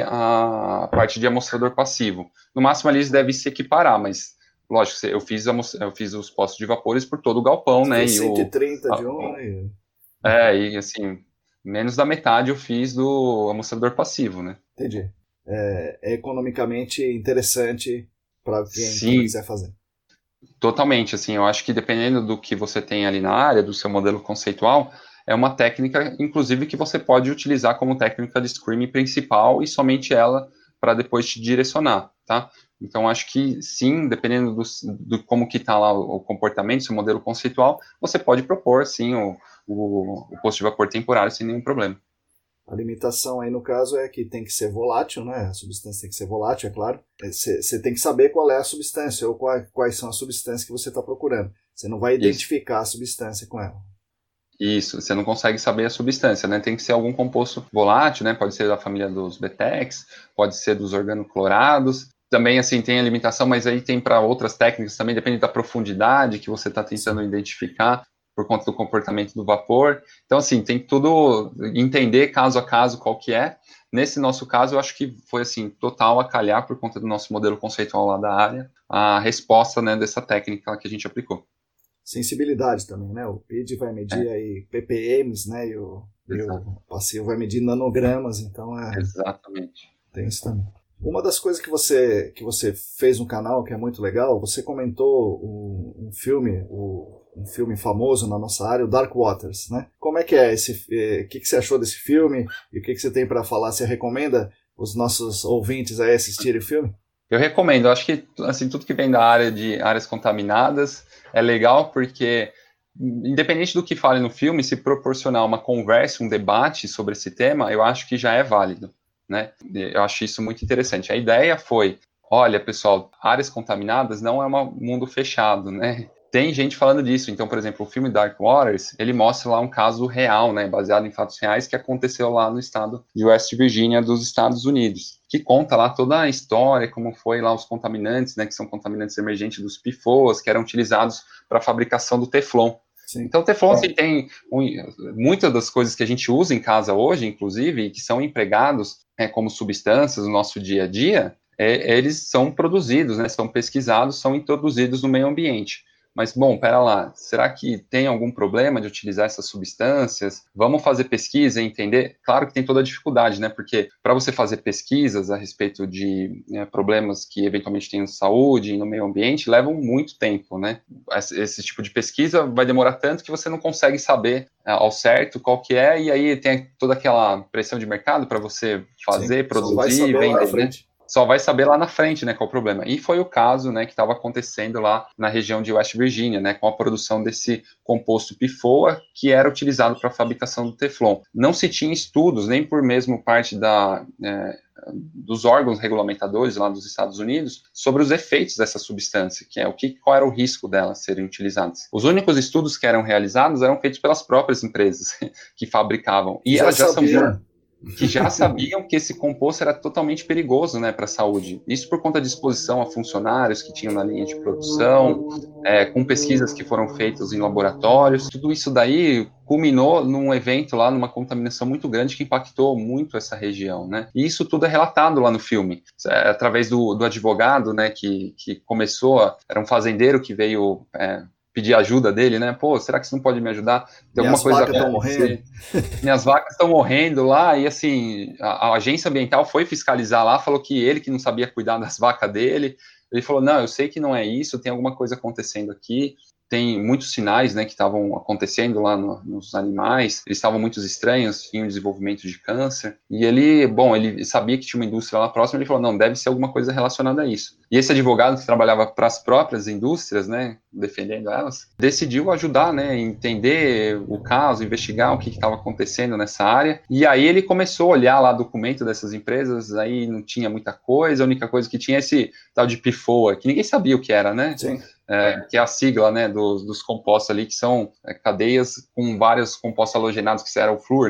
a parte de amostrador passivo. No máximo ali eles devem se equiparar, mas lógico, eu fiz, eu fiz os postos de vapores por todo o galpão, né? E cento e trinta o, de um, né? É, e assim, menos da metade eu fiz do amostrador passivo, né? Entendi. É, é economicamente interessante para quem, quem quiser fazer. Totalmente, assim, eu acho que dependendo do que você tem ali na área, do seu modelo conceitual, é uma técnica, inclusive, que você pode utilizar como técnica de screaming principal e somente ela para depois te direcionar, tá? Então, acho que sim, dependendo do, do como que está lá o, o comportamento, seu modelo conceitual, você pode propor, sim, o, o, o posto de vapor temporário sem nenhum problema. A limitação aí, no caso, é que tem que ser volátil, né? A substância tem que ser volátil, é claro. Você tem que saber qual é a substância ou quais, quais são as substâncias que você está procurando. Você não vai identificar Isso. a substância com ela. Isso, você não consegue saber a substância, né? Tem que ser algum composto volátil, né? Pode ser da família dos Betex, pode ser dos organoclorados. Também, assim, tem a limitação, mas aí tem para outras técnicas também, depende da profundidade que você está tentando Sim. identificar por conta do comportamento do vapor. Então, assim, tem tudo, entender caso a caso qual que é. Nesse nosso caso, eu acho que foi, assim, total a calhar por conta do nosso modelo conceitual lá da área, a resposta, né, dessa técnica que a gente aplicou. Sensibilidade também, né? O P I D vai medir é. aí P P Ms, né? E o, e o passivo vai medir nanogramas, então é... Exatamente. Tem isso também. Uma das coisas que você, que você fez no canal, que é muito legal, você comentou um, um filme, o, um filme famoso na nossa área, o Dark Waters, né? Como é que é esse... O eh, que, que você achou desse filme? E o que, que você tem para falar? Você recomenda os nossos ouvintes a assistirem o filme? Eu recomendo. Eu acho que, assim, tudo que vem da área de áreas contaminadas é legal porque, independente do que fale no filme, se proporcionar uma conversa, um debate sobre esse tema, eu acho que já é válido, né? Eu acho isso muito interessante. A ideia foi, olha, pessoal, áreas contaminadas não é um mundo fechado, né? Tem gente falando disso. Então, por exemplo, o filme Dark Waters, ele mostra lá um caso real, né, baseado em fatos reais, que aconteceu lá no estado de West Virginia, dos Estados Unidos, que conta lá toda a história, como foi lá os contaminantes, né, que são contaminantes emergentes dos P F O As, que eram utilizados para a fabricação do Teflon. Sim. Então, o Teflon, assim, tem um, muitas das coisas que a gente usa em casa hoje, inclusive, que são empregados é, como substâncias no nosso dia a dia, é, eles são produzidos, né, são pesquisados, são introduzidos no meio ambiente. Mas, bom, pera lá, será que tem algum problema de utilizar essas substâncias? Vamos fazer pesquisa e entender? Claro que tem toda a dificuldade, né? Porque para você fazer pesquisas a respeito de né, problemas que eventualmente tem na saúde e no meio ambiente, levam muito tempo, né? Esse, esse tipo de pesquisa vai demorar tanto que você não consegue saber é, ao certo qual que é, e aí tem toda aquela pressão de mercado para você fazer, Sim, produzir e vender, né? Só vai saber lá na frente, né, qual o problema. E foi o caso, né, que estava acontecendo lá na região de West Virginia, né, com a produção desse composto P F O A, que era utilizado para a fabricação do Teflon. Não se tinha estudos, nem por mesmo parte da, é, dos órgãos regulamentadores lá dos Estados Unidos, sobre os efeitos dessa substância, que é o que, qual era o risco delas serem utilizadas. Os únicos estudos que eram realizados eram feitos pelas próprias empresas que fabricavam. E já elas já sabia. são... que já sabiam que esse composto era totalmente perigoso, né, para a saúde. Isso por conta de exposição a funcionários que tinham na linha de produção, é, com pesquisas que foram feitas em laboratórios. Tudo isso daí culminou num evento lá, numa contaminação muito grande que impactou muito essa região, né? E isso tudo é relatado lá no filme, é, através do, do advogado, né, que, que começou, a, era um fazendeiro que veio... É, pedir ajuda dele, né? Pô, será que você não pode me ajudar? Tem Minhas alguma coisa vacas estão morrendo. Minhas vacas estão morrendo lá, e assim, a, a agência ambiental foi fiscalizar lá, falou que ele que não sabia cuidar das vacas dele, ele falou, não, eu sei que não é isso, tem alguma coisa acontecendo aqui, tem muitos sinais, né, que estavam acontecendo lá no, nos animais, eles estavam muito estranhos, tinham desenvolvimento de câncer, e ele, bom, ele sabia que tinha uma indústria lá próxima, ele falou, não, deve ser alguma coisa relacionada a isso. E esse advogado que trabalhava para as próprias indústrias, né, defendendo elas, decidiu ajudar, né, entender o caso, investigar o que estava acontecendo nessa área, e aí ele começou a olhar lá documento dessas empresas, aí não tinha muita coisa, a única coisa que tinha é esse tal de P F O A, que ninguém sabia o que era, né? Sim. É, que é a sigla, né, dos, dos compostos ali, que são é, cadeias com vários compostos halogenados, que era o flúor, né?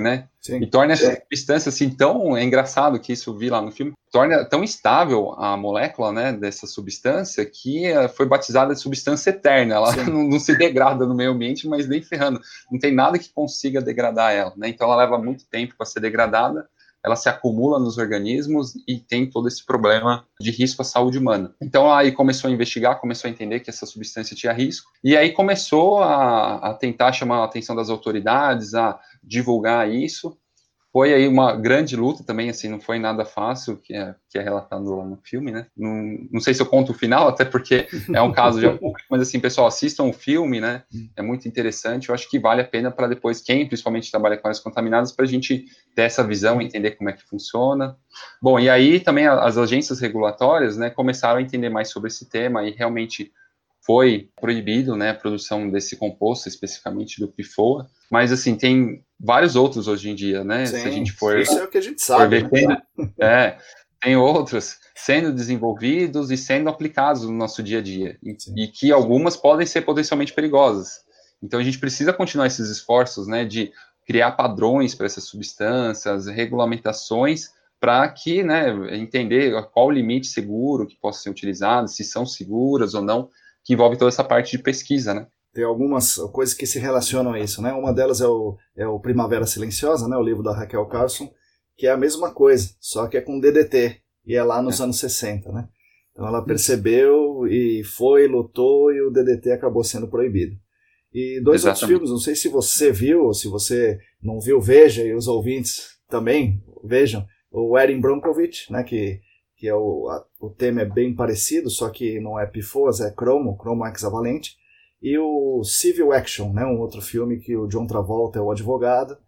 Sim. E torna essa é. substância assim tão, é engraçado que isso eu vi lá no filme, torna tão estável a molécula, né, dessa substância que foi batizada de substância eterna. Ela não, não se degrada no meio ambiente, mas nem ferrando. Não tem nada que consiga degradar ela, né? Então ela leva muito tempo para ser degradada, ela se acumula nos organismos e tem todo esse problema de risco à saúde humana. Então aí começou a investigar, começou a entender que essa substância tinha risco, e aí começou a, a tentar chamar a atenção das autoridades, a divulgar isso. Foi aí uma grande luta também, assim, não foi nada fácil, que é, que é relatado lá no filme, né? Não, não sei se eu conto o final, até porque é um caso já público, mas assim, pessoal, assistam o filme, né? É muito interessante, eu acho que vale a pena para depois, quem principalmente trabalha com áreas contaminadas, para a gente ter essa visão, entender como é que funciona. Bom, e aí também as agências regulatórias, né, começaram a entender mais sobre esse tema e realmente foi proibido, né, a produção desse composto, especificamente do P F O A, mas assim, tem vários outros hoje em dia, né, Sim, se a gente for... Isso é o que a gente sabe. Ver, né? É, tem outros sendo desenvolvidos e sendo aplicados no nosso dia a dia, e, e que algumas podem ser potencialmente perigosas. Então a gente precisa continuar esses esforços, né, de criar padrões para essas substâncias, regulamentações, para que, né, entender qual o limite seguro que possa ser utilizado, se são seguras ou não, que envolve toda essa parte de pesquisa, né? Tem algumas coisas que se relacionam a isso, né? Uma delas é o, é o Primavera Silenciosa, né? O livro da Raquel Carson, que é a mesma coisa, só que é com D D T, e é lá nos é. anos sessenta, né? Então ela percebeu e foi, lutou, e o D D T acabou sendo proibido. E dois Exatamente. outros filmes, não sei se você viu, ou se você não viu, veja, e os ouvintes também vejam, o Erin Brockovich, né? Que que é o, a, o tema é bem parecido, só que não é P F O As, é cromo, cromo hexavalente, e o Civil Action, né, um outro filme que o John Travolta é o advogado,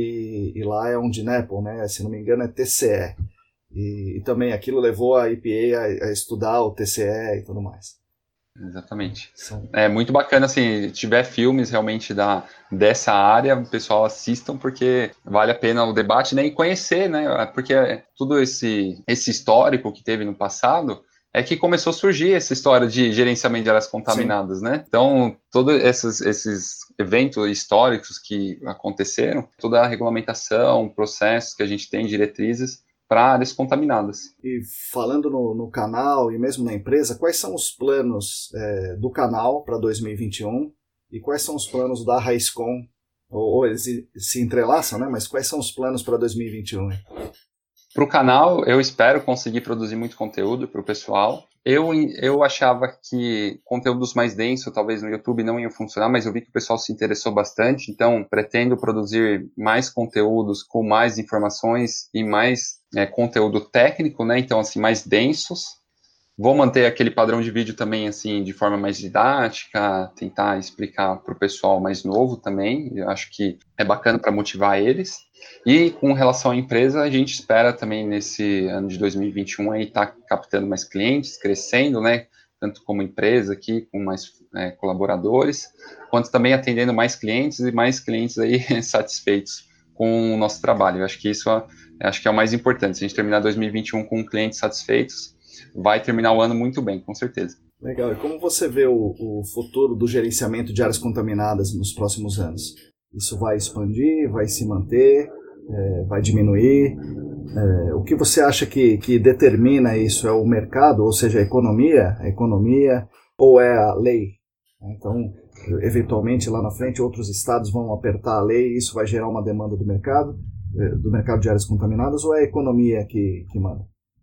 e, e lá é um D N A P L, né, se não me engano é T C E, e, e também aquilo levou a E P A a, a estudar o T C E e tudo mais. Exatamente. Sim. É muito bacana, assim, se tiver filmes realmente da, dessa área, o pessoal assistam, porque vale a pena o debate, né, e conhecer, né, porque tudo esse, esse histórico que teve no passado é que começou a surgir essa história de gerenciamento de áreas contaminadas, Sim. né, então todos esses, esses eventos históricos que aconteceram, toda a regulamentação, processos que a gente tem, diretrizes, para áreas contaminadas. E falando no, no canal e mesmo na empresa, quais são os planos é, do canal para dois mil e vinte e um e quais são os planos da RaízCon? Ou, ou eles se entrelaçam, né? Mas quais são os planos para dois mil e vinte e um? Para o canal, eu espero conseguir produzir muito conteúdo para o pessoal. Eu, eu achava que conteúdos mais densos, talvez no YouTube, não iam funcionar, mas eu vi que o pessoal se interessou bastante, então pretendo produzir mais conteúdos com mais informações e mais é, conteúdo técnico, né? Então, assim, mais densos. Vou manter aquele padrão de vídeo também, assim, de forma mais didática, tentar explicar para o pessoal mais novo também. Eu acho que é bacana para motivar eles. E com relação à empresa, a gente espera também nesse ano de dois mil e vinte e um aí estar tá captando mais clientes, crescendo, né? Tanto como empresa aqui, com mais é, colaboradores, quanto também atendendo mais clientes e mais clientes aí satisfeitos com o nosso trabalho. Eu acho que isso é, acho que é o mais importante. Se a gente terminar dois mil e vinte e um com clientes satisfeitos, vai terminar o ano muito bem, com certeza. Legal. E como você vê o, o futuro do gerenciamento de áreas contaminadas nos próximos anos? Isso vai expandir, vai se manter, é, vai diminuir? É, o que você acha que, que determina isso? É o mercado, ou seja, a economia, a economia ou é a lei? Então, eventualmente, lá na frente, outros estados vão apertar a lei e isso vai gerar uma demanda do mercado, do mercado de áreas contaminadas, ou é a economia que, que manda?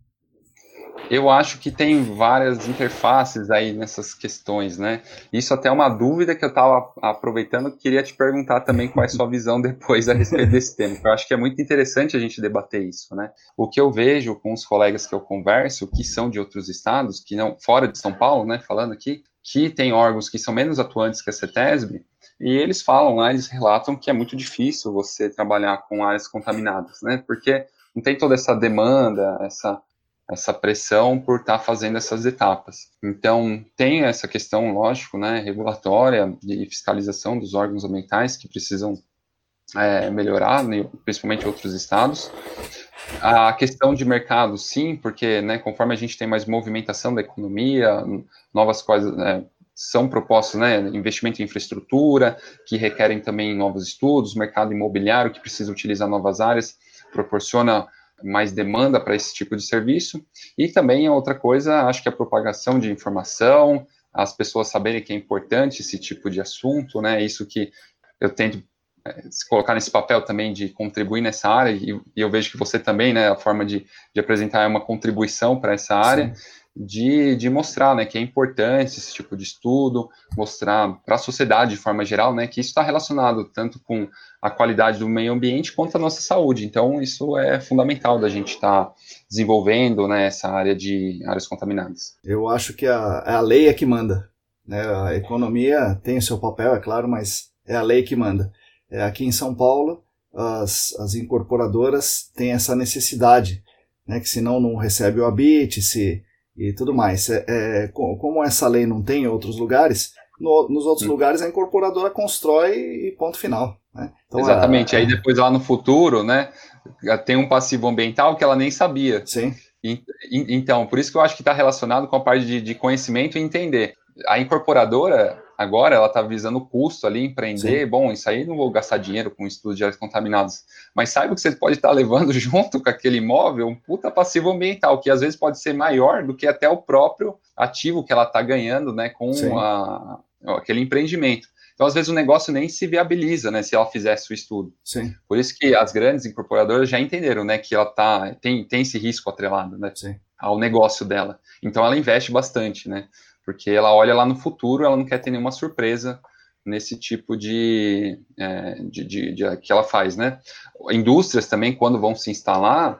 Eu acho que tem várias interfaces aí nessas questões, né? Isso até é uma dúvida que eu estava aproveitando, queria te perguntar também qual é a sua visão depois a respeito desse tema, eu acho que é muito interessante a gente debater isso, né? O que eu vejo com os colegas que eu converso, que são de outros estados, que não, fora de São Paulo, né, falando aqui, que tem órgãos que são menos atuantes que a CETESB, e eles falam lá, eles relatam que é muito difícil você trabalhar com áreas contaminadas, né? Porque não tem toda essa demanda, essa... essa pressão por estar tá fazendo essas etapas. Então, tem essa questão, lógico, né, regulatória e fiscalização dos órgãos ambientais que precisam é, melhorar, né, principalmente em outros estados. A questão de mercado, sim, porque, né, conforme a gente tem mais movimentação da economia, novas coisas, né, são propostos, né, investimento em infraestrutura, que requerem também novos estudos, mercado imobiliário, que precisa utilizar novas áreas, proporciona mais demanda para esse tipo de serviço, e também outra coisa, acho que a propagação de informação, as pessoas saberem que é importante esse tipo de assunto, né, isso que eu tento é, se colocar nesse papel também de contribuir nessa área, e, e eu vejo que você também, né, a forma de, de apresentar é uma contribuição para essa área, de, de mostrar, né, que é importante esse tipo de estudo, mostrar para a sociedade de forma geral, né, que isso está relacionado tanto com a qualidade do meio ambiente quanto a nossa saúde. Então, isso é fundamental da gente estar tá desenvolvendo, né, essa área de áreas contaminadas. Eu acho que a, a lei é que manda, né? A economia tem o seu papel, é claro, mas é a lei que manda. É, aqui em São Paulo, as, as incorporadoras têm essa necessidade, né, que senão não recebe o habite, se e tudo mais. É, é, como essa lei não tem em outros lugares, no, nos outros hum. lugares a incorporadora constrói e ponto final. Né? Então, exatamente. A, a... Aí depois lá no futuro, né, tem um passivo ambiental que ela nem sabia. Sim. E, e, então, por isso que eu acho que está relacionado com a parte de, de conhecimento e entender. A incorporadora, agora, ela está visando o custo ali, empreender. Sim. Bom, isso aí não vou gastar dinheiro com estudo de áreas contaminadas. Mas saiba que você pode estar levando junto com aquele imóvel um puta passivo ambiental, que às vezes pode ser maior do que até o próprio ativo que ela está ganhando, né, com a, aquele empreendimento. Então, às vezes, o negócio nem se viabiliza, né, se ela fizesse o estudo. Sim. Por isso que as grandes incorporadoras já entenderam, né, que ela tá, tem, tem esse risco atrelado, né, Sim. ao negócio dela. Então, ela investe bastante, né, porque ela olha lá no futuro, ela não quer ter nenhuma surpresa nesse tipo de, é, de, de, de que ela faz, né. Indústrias também, quando vão se instalar,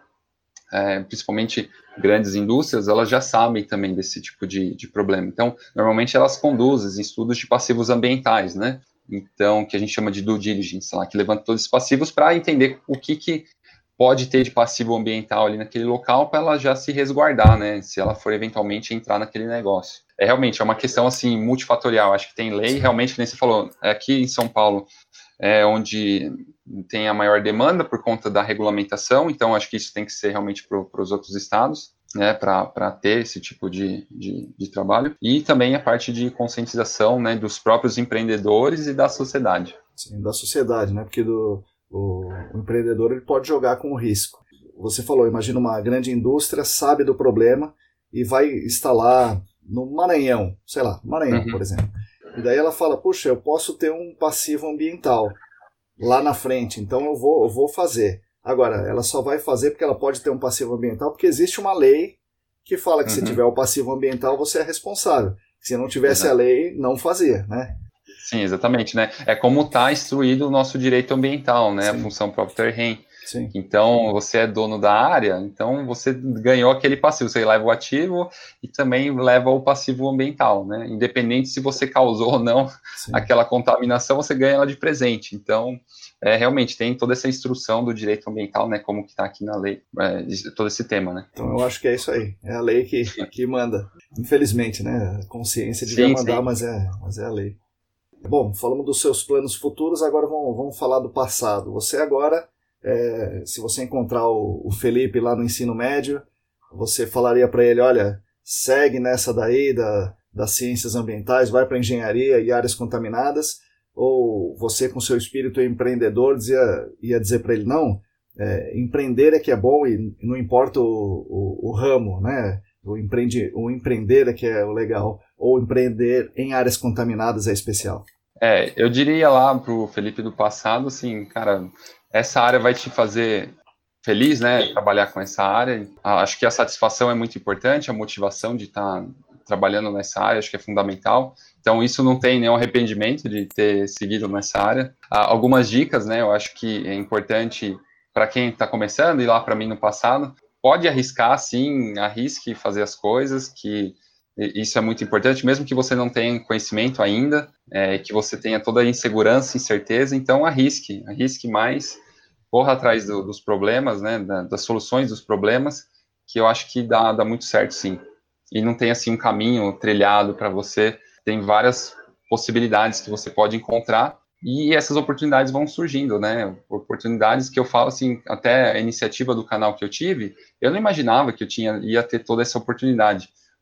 é, principalmente grandes indústrias, elas já sabem também desse tipo de, de problema. Então, normalmente elas conduzem estudos de passivos ambientais, né? Então, que a gente chama de due diligence, lá, que levanta todos esses passivos para entender o que, que pode ter de passivo ambiental ali naquele local para ela já se resguardar, né? Se ela for eventualmente entrar naquele negócio. É realmente é uma questão assim multifatorial. Acho que tem lei, Sim. realmente, que nem você falou, aqui em São Paulo é onde tem a maior demanda por conta da regulamentação, então acho que isso tem que ser realmente para os outros estados, né, para ter esse tipo de, de, de trabalho, e também a parte de conscientização, né, dos próprios empreendedores e da sociedade. Sim, da sociedade, né, porque do, o, o empreendedor ele pode jogar com o risco. Você falou, imagina uma grande indústria, sabe do problema e vai instalar no Maranhão, sei lá, Maranhão, uhum. por exemplo. E daí ela fala, puxa, eu posso ter um passivo ambiental lá na frente, então eu vou, eu vou fazer. Agora, ela só vai fazer porque ela pode ter um passivo ambiental, porque existe uma lei que fala que uhum. se tiver o passivo ambiental, você é responsável. Se não tivesse Exato. a lei, não fazia, né? Sim, exatamente, né? É como está instruído o nosso direito ambiental, né? Sim. A função própria terreno. Sim. Então, você é dono da área, então você ganhou aquele passivo, você leva o ativo e também leva o passivo ambiental, né? Independente se você causou ou não Sim. aquela contaminação, você ganha ela de presente. Então, é, realmente tem toda essa instrução do direito ambiental, né? Como que está aqui na lei, é, todo esse tema, né? Então, eu acho que é isso aí. É a lei que, que manda. Infelizmente, né? A consciência devia sim, mandar, sim. Mas, é, mas é a lei. Bom, falamos dos seus planos futuros, agora vamos, vamos falar do passado. Você agora... É, se você encontrar o, o Felipe lá no ensino médio, você falaria para ele, olha, segue nessa daí da, das ciências ambientais, vai para engenharia e áreas contaminadas, ou você com seu espírito empreendedor dizia, ia dizer para ele, não, é, empreender é que é bom e não importa o, o, o ramo, né? O, empreende, o empreender é que é o legal, ou empreender em áreas contaminadas é especial. É, eu diria lá pro Felipe do passado, assim, cara... Essa área vai te fazer feliz, né? Trabalhar com essa área. Acho que a satisfação é muito importante, a motivação de estar trabalhando nessa área, acho que é fundamental. Então, isso não tem nenhum arrependimento de ter seguido nessa área. Algumas dicas, né? Eu acho que é importante para quem está começando, e lá para mim no passado, pode arriscar, sim, arrisque fazer as coisas, que isso é muito importante, mesmo que você não tenha conhecimento ainda, é, que você tenha toda a insegurança, incerteza, então arrisque, arrisque mais, corra atrás do, dos problemas, né, da, das soluções dos problemas, que eu acho que dá, dá muito certo, sim. E não tem, assim, um caminho trilhado para você, tem várias possibilidades que você pode encontrar, e essas oportunidades vão surgindo, né, oportunidades que eu falo, assim, até a iniciativa do canal que eu tive, eu não imaginava que eu tinha, ia ter toda essa oportunidade.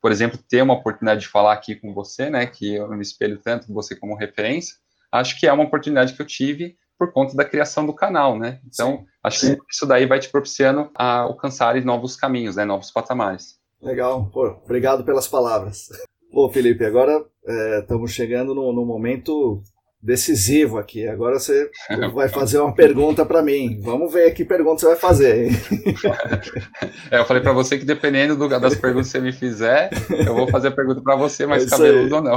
por exemplo, ter uma oportunidade de falar aqui com você, né, que eu me espelho tanto em você como referência, acho que é uma oportunidade que eu tive por conta da criação do canal, né? Então, sim, acho sim. que isso daí vai te propiciando a alcançar novos caminhos, né, novos patamares. Legal, pô, obrigado pelas palavras. Pô, Felipe, agora estamos é, chegando no, no momento decisivo aqui. Agora você vai fazer uma pergunta para mim. Vamos ver que pergunta você vai fazer, hein? É, eu falei para você que dependendo do, das perguntas que você me fizer, eu vou fazer a pergunta para você, mais é cabeludo ou não.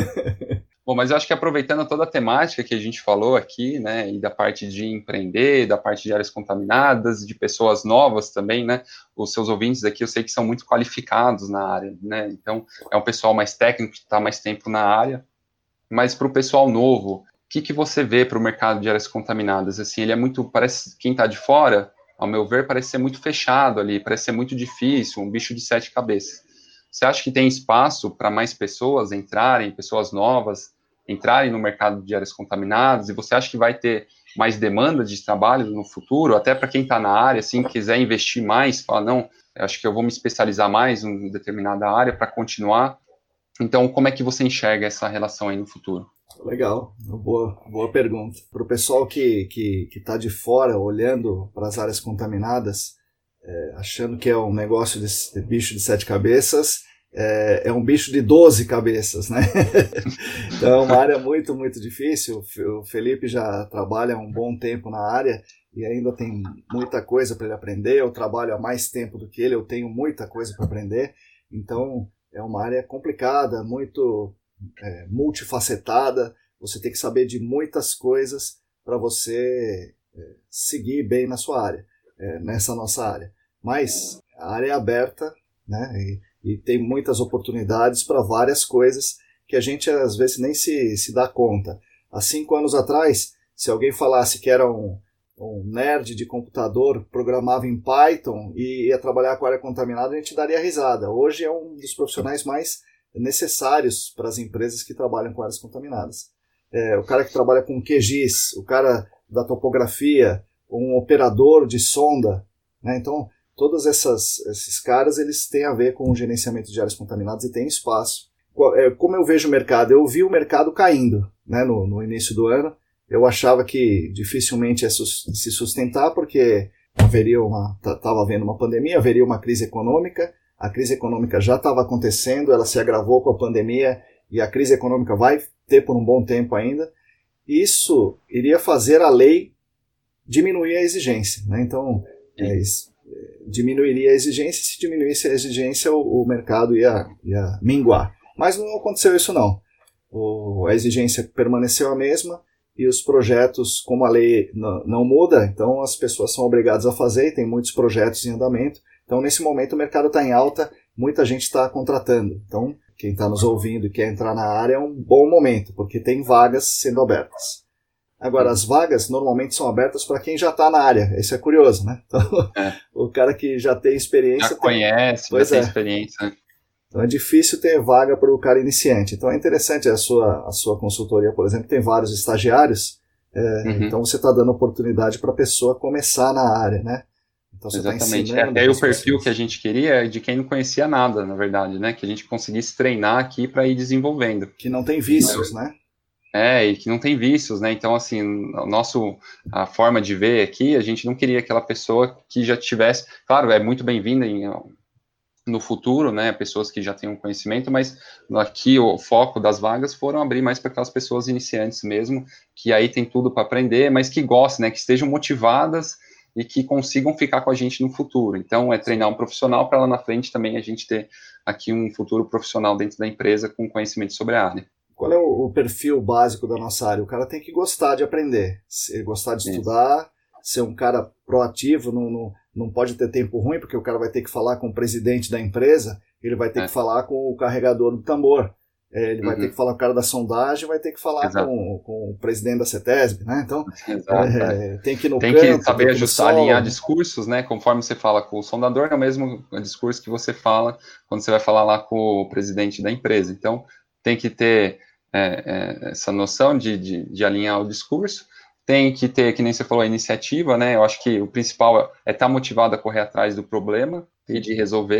Bom, mas eu acho que aproveitando toda a temática que a gente falou aqui, né, e da parte de empreender, da parte de áreas contaminadas, de pessoas novas também, né, os seus ouvintes aqui eu sei que são muito qualificados na área, né, então é um pessoal mais técnico que está mais tempo na área, mas para o pessoal novo, o que, que você vê para o mercado de áreas contaminadas? Assim, ele é muito, parece, quem está de fora, ao meu ver, parece ser muito fechado ali, parece ser muito difícil, um bicho de sete cabeças. Você acha que tem espaço para mais pessoas entrarem, pessoas novas, entrarem no mercado de áreas contaminadas? E você acha que vai ter mais demanda de trabalho no futuro? Até para quem está na área, assim, quiser investir mais, falar, não, acho que eu vou me especializar mais em determinada área para continuar. Então, como é que você enxerga essa relação aí no futuro? Legal, boa, boa pergunta. Para o pessoal que que que está de fora, olhando para as áreas contaminadas, É, achando que é um negócio de, de bicho de sete cabeças, é, é um bicho de doze cabeças, né? Então é uma área muito, muito difícil. O Felipe já trabalha há um bom tempo na área e ainda tem muita coisa para ele aprender. Eu trabalho há mais tempo do que ele, eu tenho muita coisa para aprender. Então é uma área complicada, muito é, multifacetada. Você tem que saber de muitas coisas para você é, seguir bem na sua área. É, nessa nossa área, mas a área é aberta, né, e, e tem muitas oportunidades para várias coisas que a gente às vezes nem se, se dá conta. Há cinco anos atrás, se alguém falasse que era um, um nerd de computador, programava em Python e ia trabalhar com área contaminada, a gente daria risada. Hoje é um dos profissionais mais necessários para as empresas que trabalham com áreas contaminadas. É, o cara que trabalha com Q G I S, o cara da topografia, um operador de sonda, né? Então todos essas, esses caras eles têm a ver com o gerenciamento de áreas contaminadas e tem espaço. Como eu vejo o mercado? Eu vi o mercado caindo, né, no, no início do ano. Eu achava que dificilmente ia se sustentar porque haveria uma, estava havendo uma pandemia, haveria uma crise econômica. A crise econômica já estava acontecendo, ela se agravou com a pandemia e a crise econômica vai ter por um bom tempo ainda. Isso iria fazer a lei diminuir a exigência, né? Então é, diminuiria a exigência, se diminuísse a exigência o, o mercado ia, ia minguar, mas não aconteceu isso não, o, a exigência permaneceu a mesma e os projetos, como a lei não, não muda, então as pessoas são obrigadas a fazer e tem muitos projetos em andamento, então nesse momento o mercado está em alta, muita gente está contratando, então quem está nos ouvindo e quer entrar na área é um bom momento, porque tem vagas sendo abertas. Agora, as vagas normalmente são abertas para quem já está na área. Isso é curioso, né? Então, é. O cara que já tem experiência... Já conhece, tem... já tem é. experiência. Então, é difícil ter vaga para o cara iniciante. Então, é interessante a sua, a sua consultoria, por exemplo, tem vários estagiários. É, uhum. Então, você está dando oportunidade para a pessoa começar na área, né? Então, você exatamente. Tá é, é o perfil pessoas. Que a gente queria é de quem não conhecia nada, na verdade, né? Que a gente conseguisse treinar aqui para ir desenvolvendo. Que não tem vícios, né? É, e que não tem vícios, né? Então, assim, o nosso, a forma de ver aqui, a gente não queria aquela pessoa que já tivesse... Claro, é muito bem-vinda no futuro, né? Pessoas que já tenham conhecimento, mas aqui o foco das vagas foram abrir mais para aquelas pessoas iniciantes mesmo, que aí tem tudo para aprender, mas que gostem, né? Que estejam motivadas e que consigam ficar com a gente no futuro. Então, é treinar um profissional para lá na frente também a gente ter aqui um futuro profissional dentro da empresa com conhecimento sobre a área. Qual é o, o perfil básico da nossa área? O cara tem que gostar de aprender, gostar de estudar, ser um cara proativo, não, não, não pode ter tempo ruim, porque o cara vai ter que falar com o presidente da empresa, ele vai ter é. que falar com o carregador do tambor, é, ele uhum. vai ter que falar com o cara da sondagem, vai ter que falar com, com o presidente da CETESB, né? Então, é, tem que ir no tem campo, que saber ajustar, alinhar discursos, né? Conforme você fala com o sondador, é o mesmo discurso que você fala quando você vai falar lá com o presidente da empresa. Então, tem que ter É, é, essa noção de, de, de alinhar o discurso, tem que ter, que nem você falou, a iniciativa, né? Eu acho que o principal é estar motivado a correr atrás do problema e de resolver,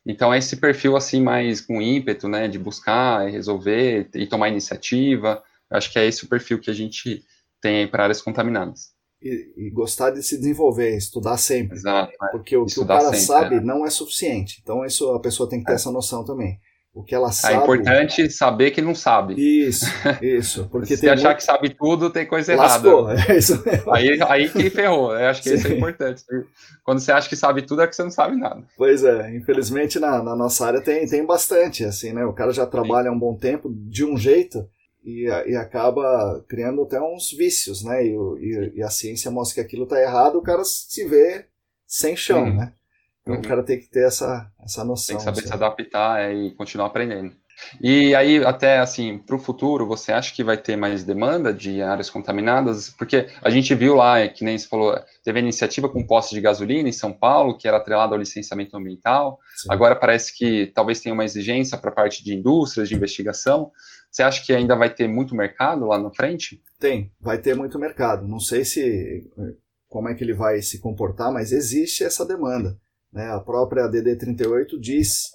Então, é esse perfil, assim, mais com ímpeto, né, de buscar, resolver e tomar iniciativa. Eu acho que é esse o perfil que a gente tem aí para áreas contaminadas. E, e gostar de se desenvolver, estudar sempre. Exato. É. Porque o que o Estudar cara sempre, sabe é. não é suficiente. Então, isso a pessoa tem que ter É. essa noção também. O que ela É sabe... importante saber que não sabe. Isso, isso. Porque Se tem achar muito... que sabe tudo, tem coisa Lascou, errada. é isso mesmo. Aí, aí que ferrou. Eu acho que Sim. isso é importante. Quando você acha que sabe tudo, é que você não sabe nada. Pois é, infelizmente na, na nossa área tem, tem bastante, assim, né? O cara já trabalha há um bom tempo de um jeito e, e acaba criando até uns vícios, né? E, e, e a ciência mostra que aquilo tá errado, o cara se vê sem chão, Uhum. né? Então Uhum. o cara tem que ter essa, essa noção. Tem que saber assim. se adaptar é, e continuar aprendendo. E aí, até assim, para o futuro, você acha que vai ter mais demanda de áreas contaminadas? Porque a gente viu lá, é, que nem você falou, teve a iniciativa com postos de gasolina em São Paulo, que era atrelada ao licenciamento ambiental. Sim. Agora parece que talvez tenha uma exigência para a parte de indústrias, de investigação. Você acha que ainda vai ter muito mercado lá na frente? Tem, vai ter muito mercado. Não sei se como é que ele vai se comportar, mas existe essa demanda, né? A própria D D trinta e oito diz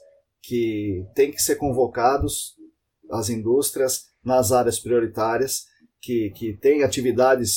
que tem que ser convocados as indústrias nas áreas prioritárias que, que têm atividades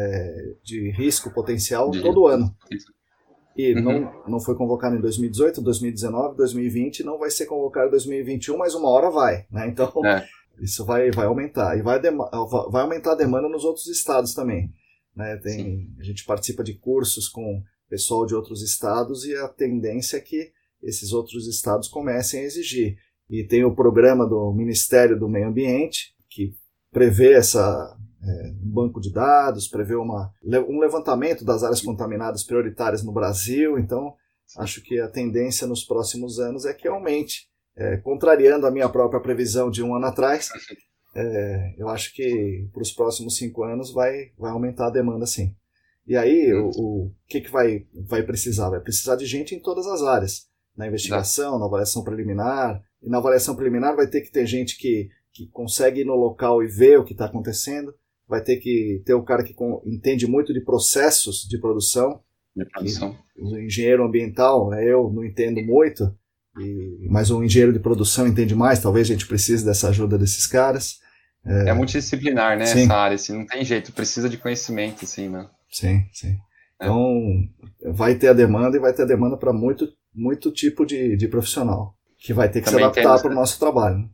é, de risco potencial de todo ano. E uhum. não, não foi convocado em dois mil e dezoito, dois mil e dezenove, dois mil e vinte, não vai ser convocado em dois mil e vinte e um, mas uma hora vai, né? Então, é. isso vai, vai aumentar. E vai, vai aumentar a demanda nos outros estados também, né? Tem, a gente participa de cursos com pessoal de outros estados e a tendência é que esses outros estados comecem a exigir. E tem o programa do Ministério do Meio Ambiente, que prevê essa, é, um banco de dados, prevê uma, um levantamento das áreas contaminadas prioritárias no Brasil. Então, acho que a tendência nos próximos anos é que aumente. É, contrariando a minha própria previsão de um ano atrás, é, eu acho que para os próximos cinco anos vai, vai aumentar a demanda, sim. E aí, o, o que, que vai, vai precisar? Vai precisar de gente em todas as áreas. Na investigação, na avaliação preliminar. E na avaliação preliminar vai ter que ter gente que, que consegue ir no local e ver o que está acontecendo. Vai ter que ter o cara que com, entende muito de processos de produção. De produção. O engenheiro ambiental, eu não entendo muito, e, mas o engenheiro de produção entende mais. Talvez a gente precise dessa ajuda desses caras. É, é multidisciplinar, né, sim. essa área. Assim, não tem jeito, precisa de conhecimento, assim, né? Sim, sim. Então, é. vai ter a demanda e vai ter a demanda para muito muito tipo de, de profissional, que vai ter que também se adaptar para o nosso trabalho.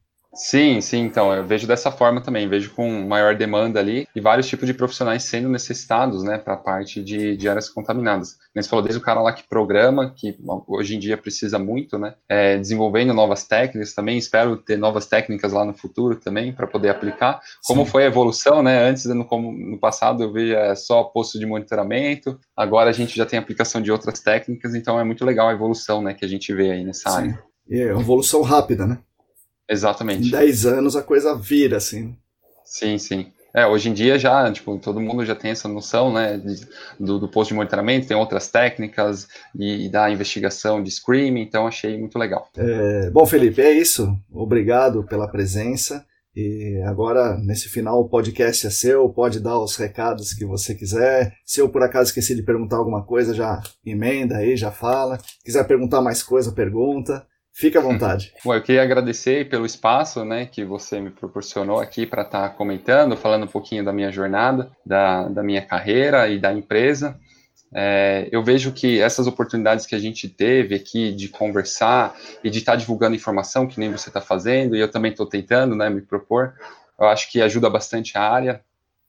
Sim, sim, então, eu vejo dessa forma também, vejo com maior demanda ali e vários tipos de profissionais sendo necessitados, né, para a parte de, de áreas contaminadas. Você falou desde o cara lá que programa, que hoje em dia precisa muito, né, é, desenvolvendo novas técnicas também, espero ter novas técnicas lá no futuro também, para poder aplicar. Como sim. foi a evolução, né, antes, no, no passado eu via só posto de monitoramento, agora a gente já tem aplicação de outras técnicas, então é muito legal a evolução, né, que a gente vê aí nessa sim. área. E é uma evolução rápida, né? Exatamente. Em dez anos a coisa vira, assim. Sim, sim. É, hoje em dia já, tipo, todo mundo já tem essa noção, né, de, do, do posto de monitoramento, tem outras técnicas e, e da investigação de screening, então achei muito legal. É, bom, Felipe, é isso. Obrigado pela presença. E agora, nesse final, o podcast é seu, pode dar os recados que você quiser. Se eu, por acaso, esqueci de perguntar alguma coisa, já emenda aí, já fala. Se quiser perguntar mais coisa, pergunta. Fica à vontade. Bom, eu queria agradecer pelo espaço, né, que você me proporcionou aqui para estar comentando, falando um pouquinho da minha jornada, da, da minha carreira e da empresa. É, eu vejo que essas oportunidades que a gente teve aqui de conversar e de estar divulgando informação, que nem você está fazendo, e eu também estou tentando, né, me propor, eu acho que ajuda bastante a área.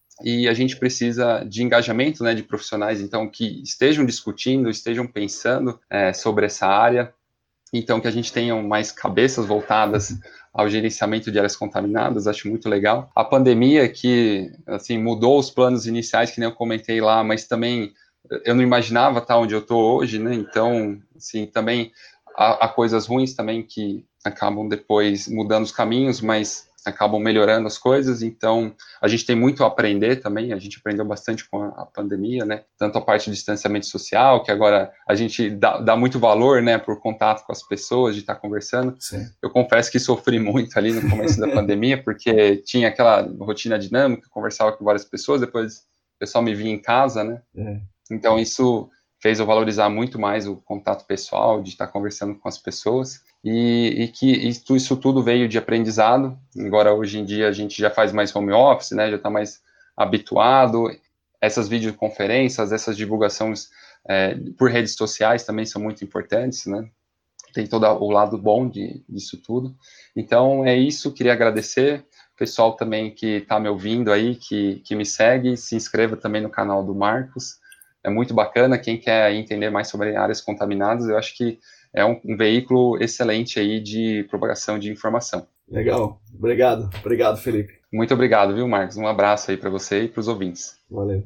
E a gente precisa de engajamento, né, de profissionais, então, que estejam discutindo, estejam pensando é, sobre essa área. Então, que a gente tenha mais cabeças voltadas ao gerenciamento de áreas contaminadas, acho muito legal. A pandemia que, assim, mudou os planos iniciais, que nem eu comentei lá, mas também eu não imaginava estar onde eu estou hoje, né? Então, assim, também há, há coisas ruins também que acabam depois mudando os caminhos, mas acabam melhorando as coisas, então a gente tem muito a aprender também, a gente aprendeu bastante com a, a pandemia, né, tanto a parte de distanciamento social, que agora a gente dá, dá muito valor, né, por contato com as pessoas, de estar conversando. Sim. Eu confesso que sofri muito ali no começo da pandemia, porque tinha aquela rotina dinâmica, conversava com várias pessoas, depois o pessoal me via em casa, né, é. Então isso fez eu valorizar muito mais o contato pessoal, de estar conversando com as pessoas, e, e que isso, isso tudo veio de aprendizado. Agora, hoje em dia, a gente já faz mais home office, né, já está mais habituado. Essas videoconferências, essas divulgações é, por redes sociais também são muito importantes, né? Tem todo o lado bom de, disso tudo. Então, é isso, queria agradecer. O pessoal também que está me ouvindo aí, que, que me segue, se inscreva também no canal do Marcos. É muito bacana, quem quer entender mais sobre áreas contaminadas, eu acho que é um, um veículo excelente aí de propagação de informação. Legal, obrigado, obrigado, Felipe. Muito obrigado, viu, Marcos? Um abraço aí para você e para os ouvintes. Valeu.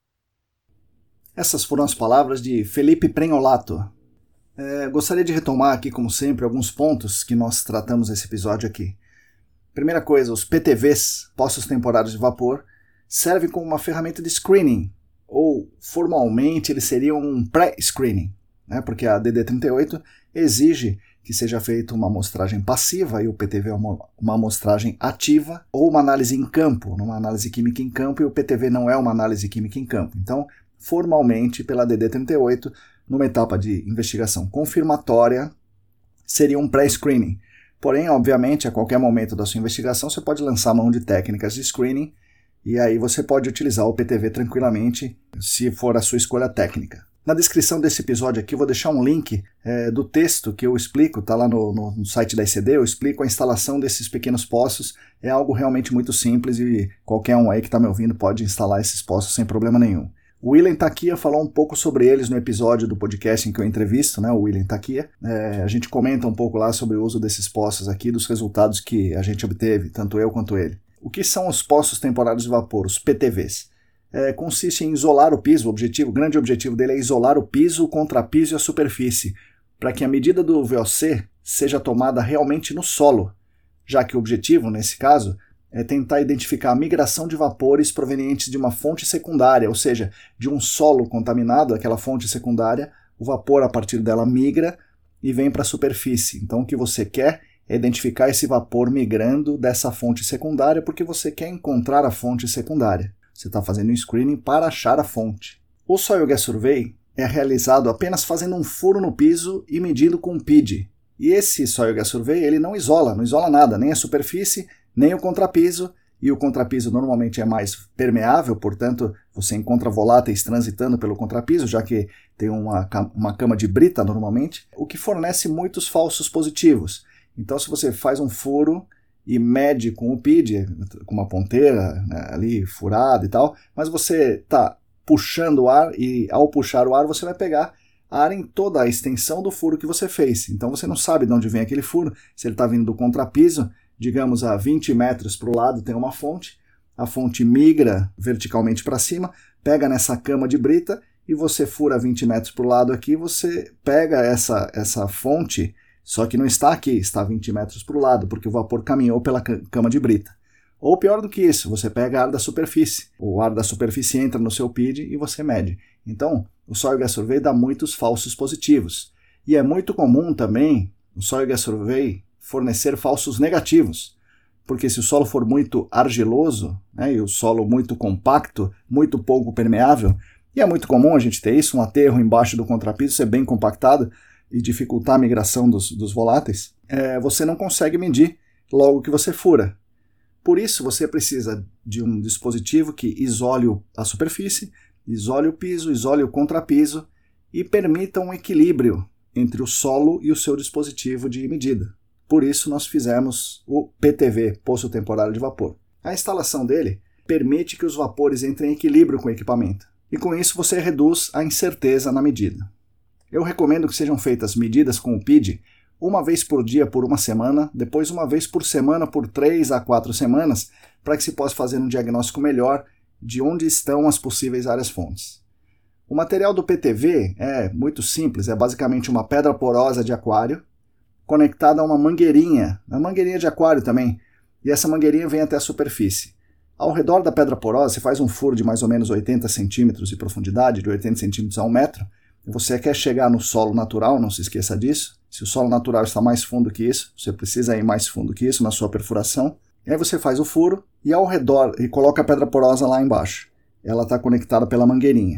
Essas foram as palavras de Felipe Prenholato. É, gostaria de retomar aqui, como sempre, alguns pontos que nós tratamos nesse episódio aqui. Primeira coisa, os P T Vs, poços temporários de vapor, servem como uma ferramenta de screening, ou formalmente eles seriam um pré-screening, né? Porque a D D trinta e oito exige que seja feita uma amostragem passiva, e o P T V é uma, uma amostragem ativa, ou uma análise em campo, uma análise química em campo, e o P T V não é uma análise química em campo. Então, formalmente, pela D D trinta e oito, numa etapa de investigação confirmatória, seria um pré-screening. Porém, obviamente, a qualquer momento da sua investigação, você pode lançar mão de técnicas de screening, e aí você pode utilizar o P T V tranquilamente, se for a sua escolha técnica. Na descrição desse episódio aqui eu vou deixar um link é, do texto que eu explico, está lá no, no, no site da I C D, eu explico a instalação desses pequenos poços. É algo realmente muito simples e qualquer um aí que está me ouvindo pode instalar esses poços sem problema nenhum. O William Takia falou um pouco sobre eles no episódio do podcast em que eu entrevisto, né, o William Takia. É, a gente comenta um pouco lá sobre o uso desses poços aqui, dos resultados que a gente obteve, tanto eu quanto ele. O que são os poços temporários de vapor, os P T Vs? É, consiste em isolar o piso, o, objetivo, o grande objetivo dele é isolar o piso, o contrapiso e a superfície, para que a medida do V O C seja tomada realmente no solo, já que o objetivo, nesse caso, é tentar identificar a migração de vapores provenientes de uma fonte secundária, ou seja, de um solo contaminado, aquela fonte secundária, o vapor a partir dela migra e vem para a superfície. Então o que você quer é identificar esse vapor migrando dessa fonte secundária, porque você quer encontrar a fonte secundária. Você está fazendo um screening para achar a fonte. O Soil Gas Survey é realizado apenas fazendo um furo no piso e medindo com P I D. E esse Soil Gas Survey ele não isola, não isola nada, nem a superfície, nem o contrapiso, e o contrapiso normalmente é mais permeável, portanto você encontra voláteis transitando pelo contrapiso, já que tem uma, uma cama de brita normalmente, o que fornece muitos falsos positivos. Então se você faz um furo e mede com o P I D, com uma ponteira, né, ali furada e tal, mas você está puxando o ar e ao puxar o ar você vai pegar ar em toda a extensão do furo que você fez. Então você não sabe de onde vem aquele furo, se ele está vindo do contrapiso, digamos a vinte metros para o lado tem uma fonte, a fonte migra verticalmente para cima, pega nessa cama de brita e você fura vinte metros para o lado aqui, você pega essa, essa fonte, só que não está aqui, está vinte metros para o lado, porque o vapor caminhou pela cama de brita. Ou pior do que isso, você pega ar da superfície. O ar da superfície entra no seu P I D e você mede. Então, o Soil Gas Survey dá muitos falsos positivos. E é muito comum também o Soil Gas Survey fornecer falsos negativos. Porque se o solo for muito argiloso, né, e o solo muito compacto, muito pouco permeável, e é muito comum a gente ter isso, um aterro embaixo do contrapiso ser bem compactado, e dificultar a migração dos, dos voláteis, é, você não consegue medir logo que você fura. Por isso, você precisa de um dispositivo que isole a superfície, isole o piso, isole o contrapiso e permita um equilíbrio entre o solo e o seu dispositivo de medida. Por isso, nós fizemos o P T V, Poço Temporário de Vapor. A instalação dele permite que os vapores entrem em equilíbrio com o equipamento, e com isso você reduz a incerteza na medida. Eu recomendo que sejam feitas medidas com o P I D uma vez por dia por uma semana, depois uma vez por semana por três a quatro semanas, para que se possa fazer um diagnóstico melhor de onde estão as possíveis áreas fontes. O material do P T V é muito simples, é basicamente uma pedra porosa de aquário conectada a uma mangueirinha, uma mangueirinha de aquário também, e essa mangueirinha vem até a superfície. Ao redor da pedra porosa, você faz um furo de mais ou menos oitenta centímetros de profundidade, de oitenta centímetros a um metro, você quer chegar no solo natural, não se esqueça disso. Se o solo natural está mais fundo que isso, você precisa ir mais fundo que isso na sua perfuração. E aí você faz o furo e ao redor, e coloca a pedra porosa lá embaixo. Ela está conectada pela mangueirinha.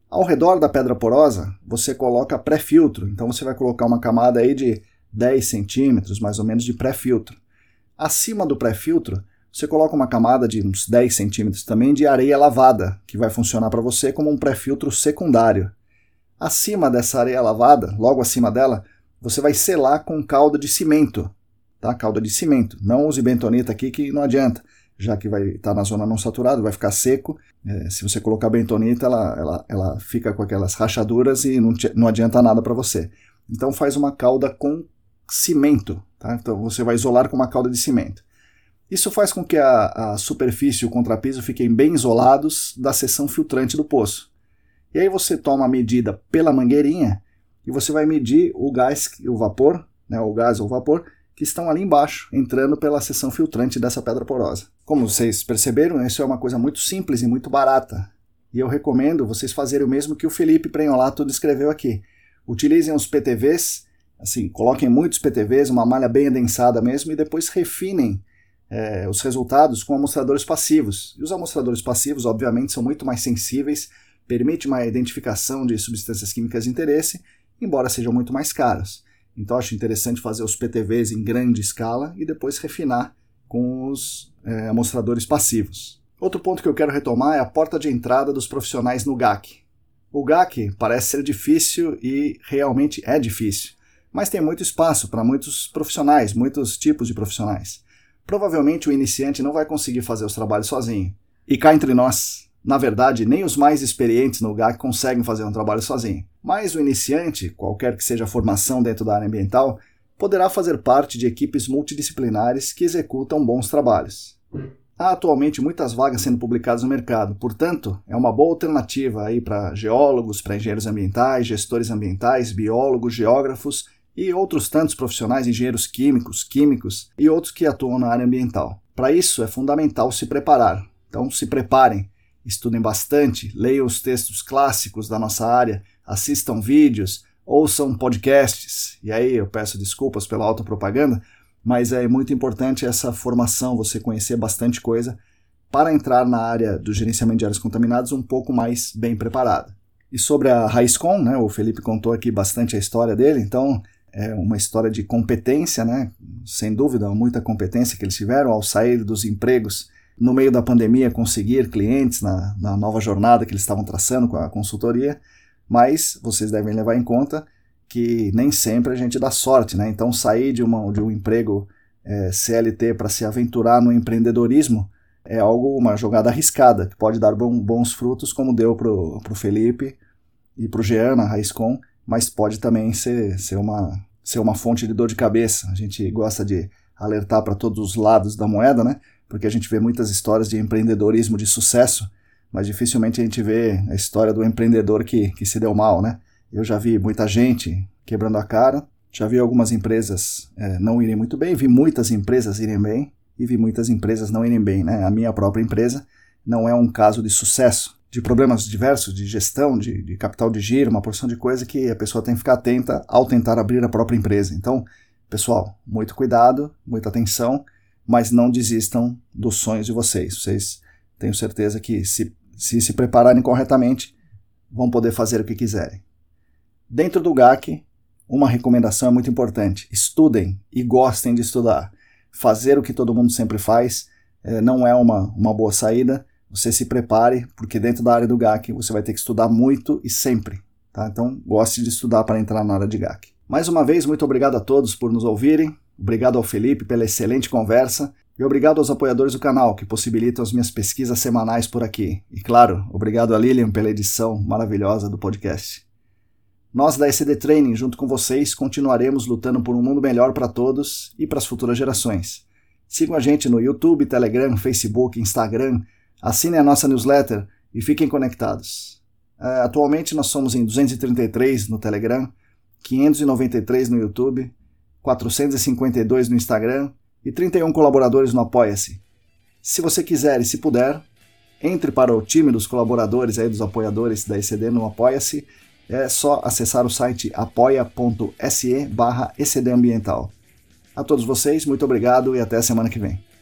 Ao redor da pedra porosa, você coloca pré-filtro, então você vai colocar uma camada aí de dez centímetros, mais ou menos, de pré-filtro. Acima do pré-filtro, você coloca uma camada de uns dez centímetros também de areia lavada, que vai funcionar para você como um pré-filtro secundário. Acima dessa areia lavada, logo acima dela, você vai selar com calda de cimento, tá? Calda de cimento. Não use bentonita aqui que não adianta, já que vai estar na zona não saturada, vai ficar seco. É, se você colocar bentonita, ela, ela, ela fica com aquelas rachaduras e não, te, não adianta nada para você. Então faz uma calda com cimento, tá? Então você vai isolar com uma calda de cimento. Isso faz com que a, a superfície e o contrapiso fiquem bem isolados da seção filtrante do poço. E aí você toma a medida pela mangueirinha e você vai medir o gás, o vapor, né, o gás ou o vapor, que estão ali embaixo, entrando pela seção filtrante dessa pedra porosa. Como vocês perceberam, isso é uma coisa muito simples e muito barata. E eu recomendo vocês fazerem o mesmo que o Felipe Prenholato descreveu aqui. Utilizem os P T Vs, assim, coloquem muitos P T Vs, uma malha bem adensada mesmo, e depois refinem é, os resultados com amostradores passivos. E os amostradores passivos, obviamente, são muito mais sensíveis, permitem uma identificação de substâncias químicas de interesse, embora sejam muito mais caros. Então acho interessante fazer os P T Vs em grande escala e depois refinar com os é, amostradores passivos. Outro ponto que eu quero retomar é a porta de entrada dos profissionais no G A C. O G A C parece ser difícil e realmente é difícil, mas tem muito espaço para muitos profissionais, muitos tipos de profissionais. Provavelmente o iniciante não vai conseguir fazer os trabalhos sozinho. E cá entre nós, na verdade, nem os mais experientes no G A C conseguem fazer um trabalho sozinho. Mas o iniciante, qualquer que seja a formação dentro da área ambiental, poderá fazer parte de equipes multidisciplinares que executam bons trabalhos. Há atualmente muitas vagas sendo publicadas no mercado, portanto, é uma boa alternativa aí para geólogos, para engenheiros ambientais, gestores ambientais, biólogos, geógrafos e outros tantos profissionais, engenheiros químicos, químicos e outros que atuam na área ambiental. Para isso é fundamental se preparar. Então se preparem, estudem bastante, leiam os textos clássicos da nossa área, assistam vídeos, ouçam podcasts. E aí eu peço desculpas pela autopropaganda, mas é muito importante essa formação, você conhecer bastante coisa para entrar na área do gerenciamento de áreas contaminadas um pouco mais bem preparado. E sobre a RaízCon, né, o Felipe contou aqui bastante a história dele, então é uma história de competência, né, sem dúvida, muita competência que eles tiveram ao sair dos empregos no meio da pandemia, conseguir clientes na, na nova jornada que eles estavam traçando com a consultoria, mas vocês devem levar em conta que nem sempre a gente dá sorte, né? Então sair de, uma, de um emprego é, C L T para se aventurar no empreendedorismo é algo, uma jogada arriscada, que pode dar bom, bons frutos, como deu para o Felipe e para o Jean na RaízCon, mas pode também ser, ser, uma, ser uma fonte de dor de cabeça. A gente gosta de alertar para todos os lados da moeda, né? Porque a gente vê muitas histórias de empreendedorismo de sucesso, mas dificilmente a gente vê a história do empreendedor que, que se deu mal, né? Eu já vi muita gente quebrando a cara, já vi algumas empresas é, não irem muito bem, vi muitas empresas irem bem e vi muitas empresas não irem bem, né? A minha própria empresa não é um caso de sucesso, de problemas diversos, de gestão, de, de capital de giro, uma porção de coisa que a pessoa tem que ficar atenta ao tentar abrir a própria empresa. Então, pessoal, muito cuidado, muita atenção, mas não desistam dos sonhos de vocês. Vocês, tenho certeza que se se, se prepararem corretamente, vão poder fazer o que quiserem. Dentro do G A C, uma recomendação é muito importante. Estudem e gostem de estudar. Fazer o que todo mundo sempre faz é, não é uma, uma boa saída. Você se prepare, porque dentro da área do G A C você vai ter que estudar muito e sempre. Tá? Então, goste de estudar para entrar na área de G A C. Mais uma vez, muito obrigado a todos por nos ouvirem. Obrigado ao Felipe pela excelente conversa. E obrigado aos apoiadores do canal, que possibilitam as minhas pesquisas semanais por aqui. E claro, obrigado a Lilian pela edição maravilhosa do podcast. Nós da E C D Training, junto com vocês, continuaremos lutando por um mundo melhor para todos e para as futuras gerações. Sigam a gente no YouTube, Telegram, Facebook, Instagram, assinem a nossa newsletter e fiquem conectados. Uh, atualmente nós somos em duzentos e trinta e três no Telegram, quinhentos e noventa e três no YouTube, quatrocentos e cinquenta e dois no Instagram e trinta e um colaboradores no Apoia-se. Se você quiser e se puder, entre para o time dos colaboradores, aí, dos apoiadores da E C D no Apoia-se. É só acessar o site apoia.se barra ECD Ambiental. A todos vocês, muito obrigado e até a semana que vem.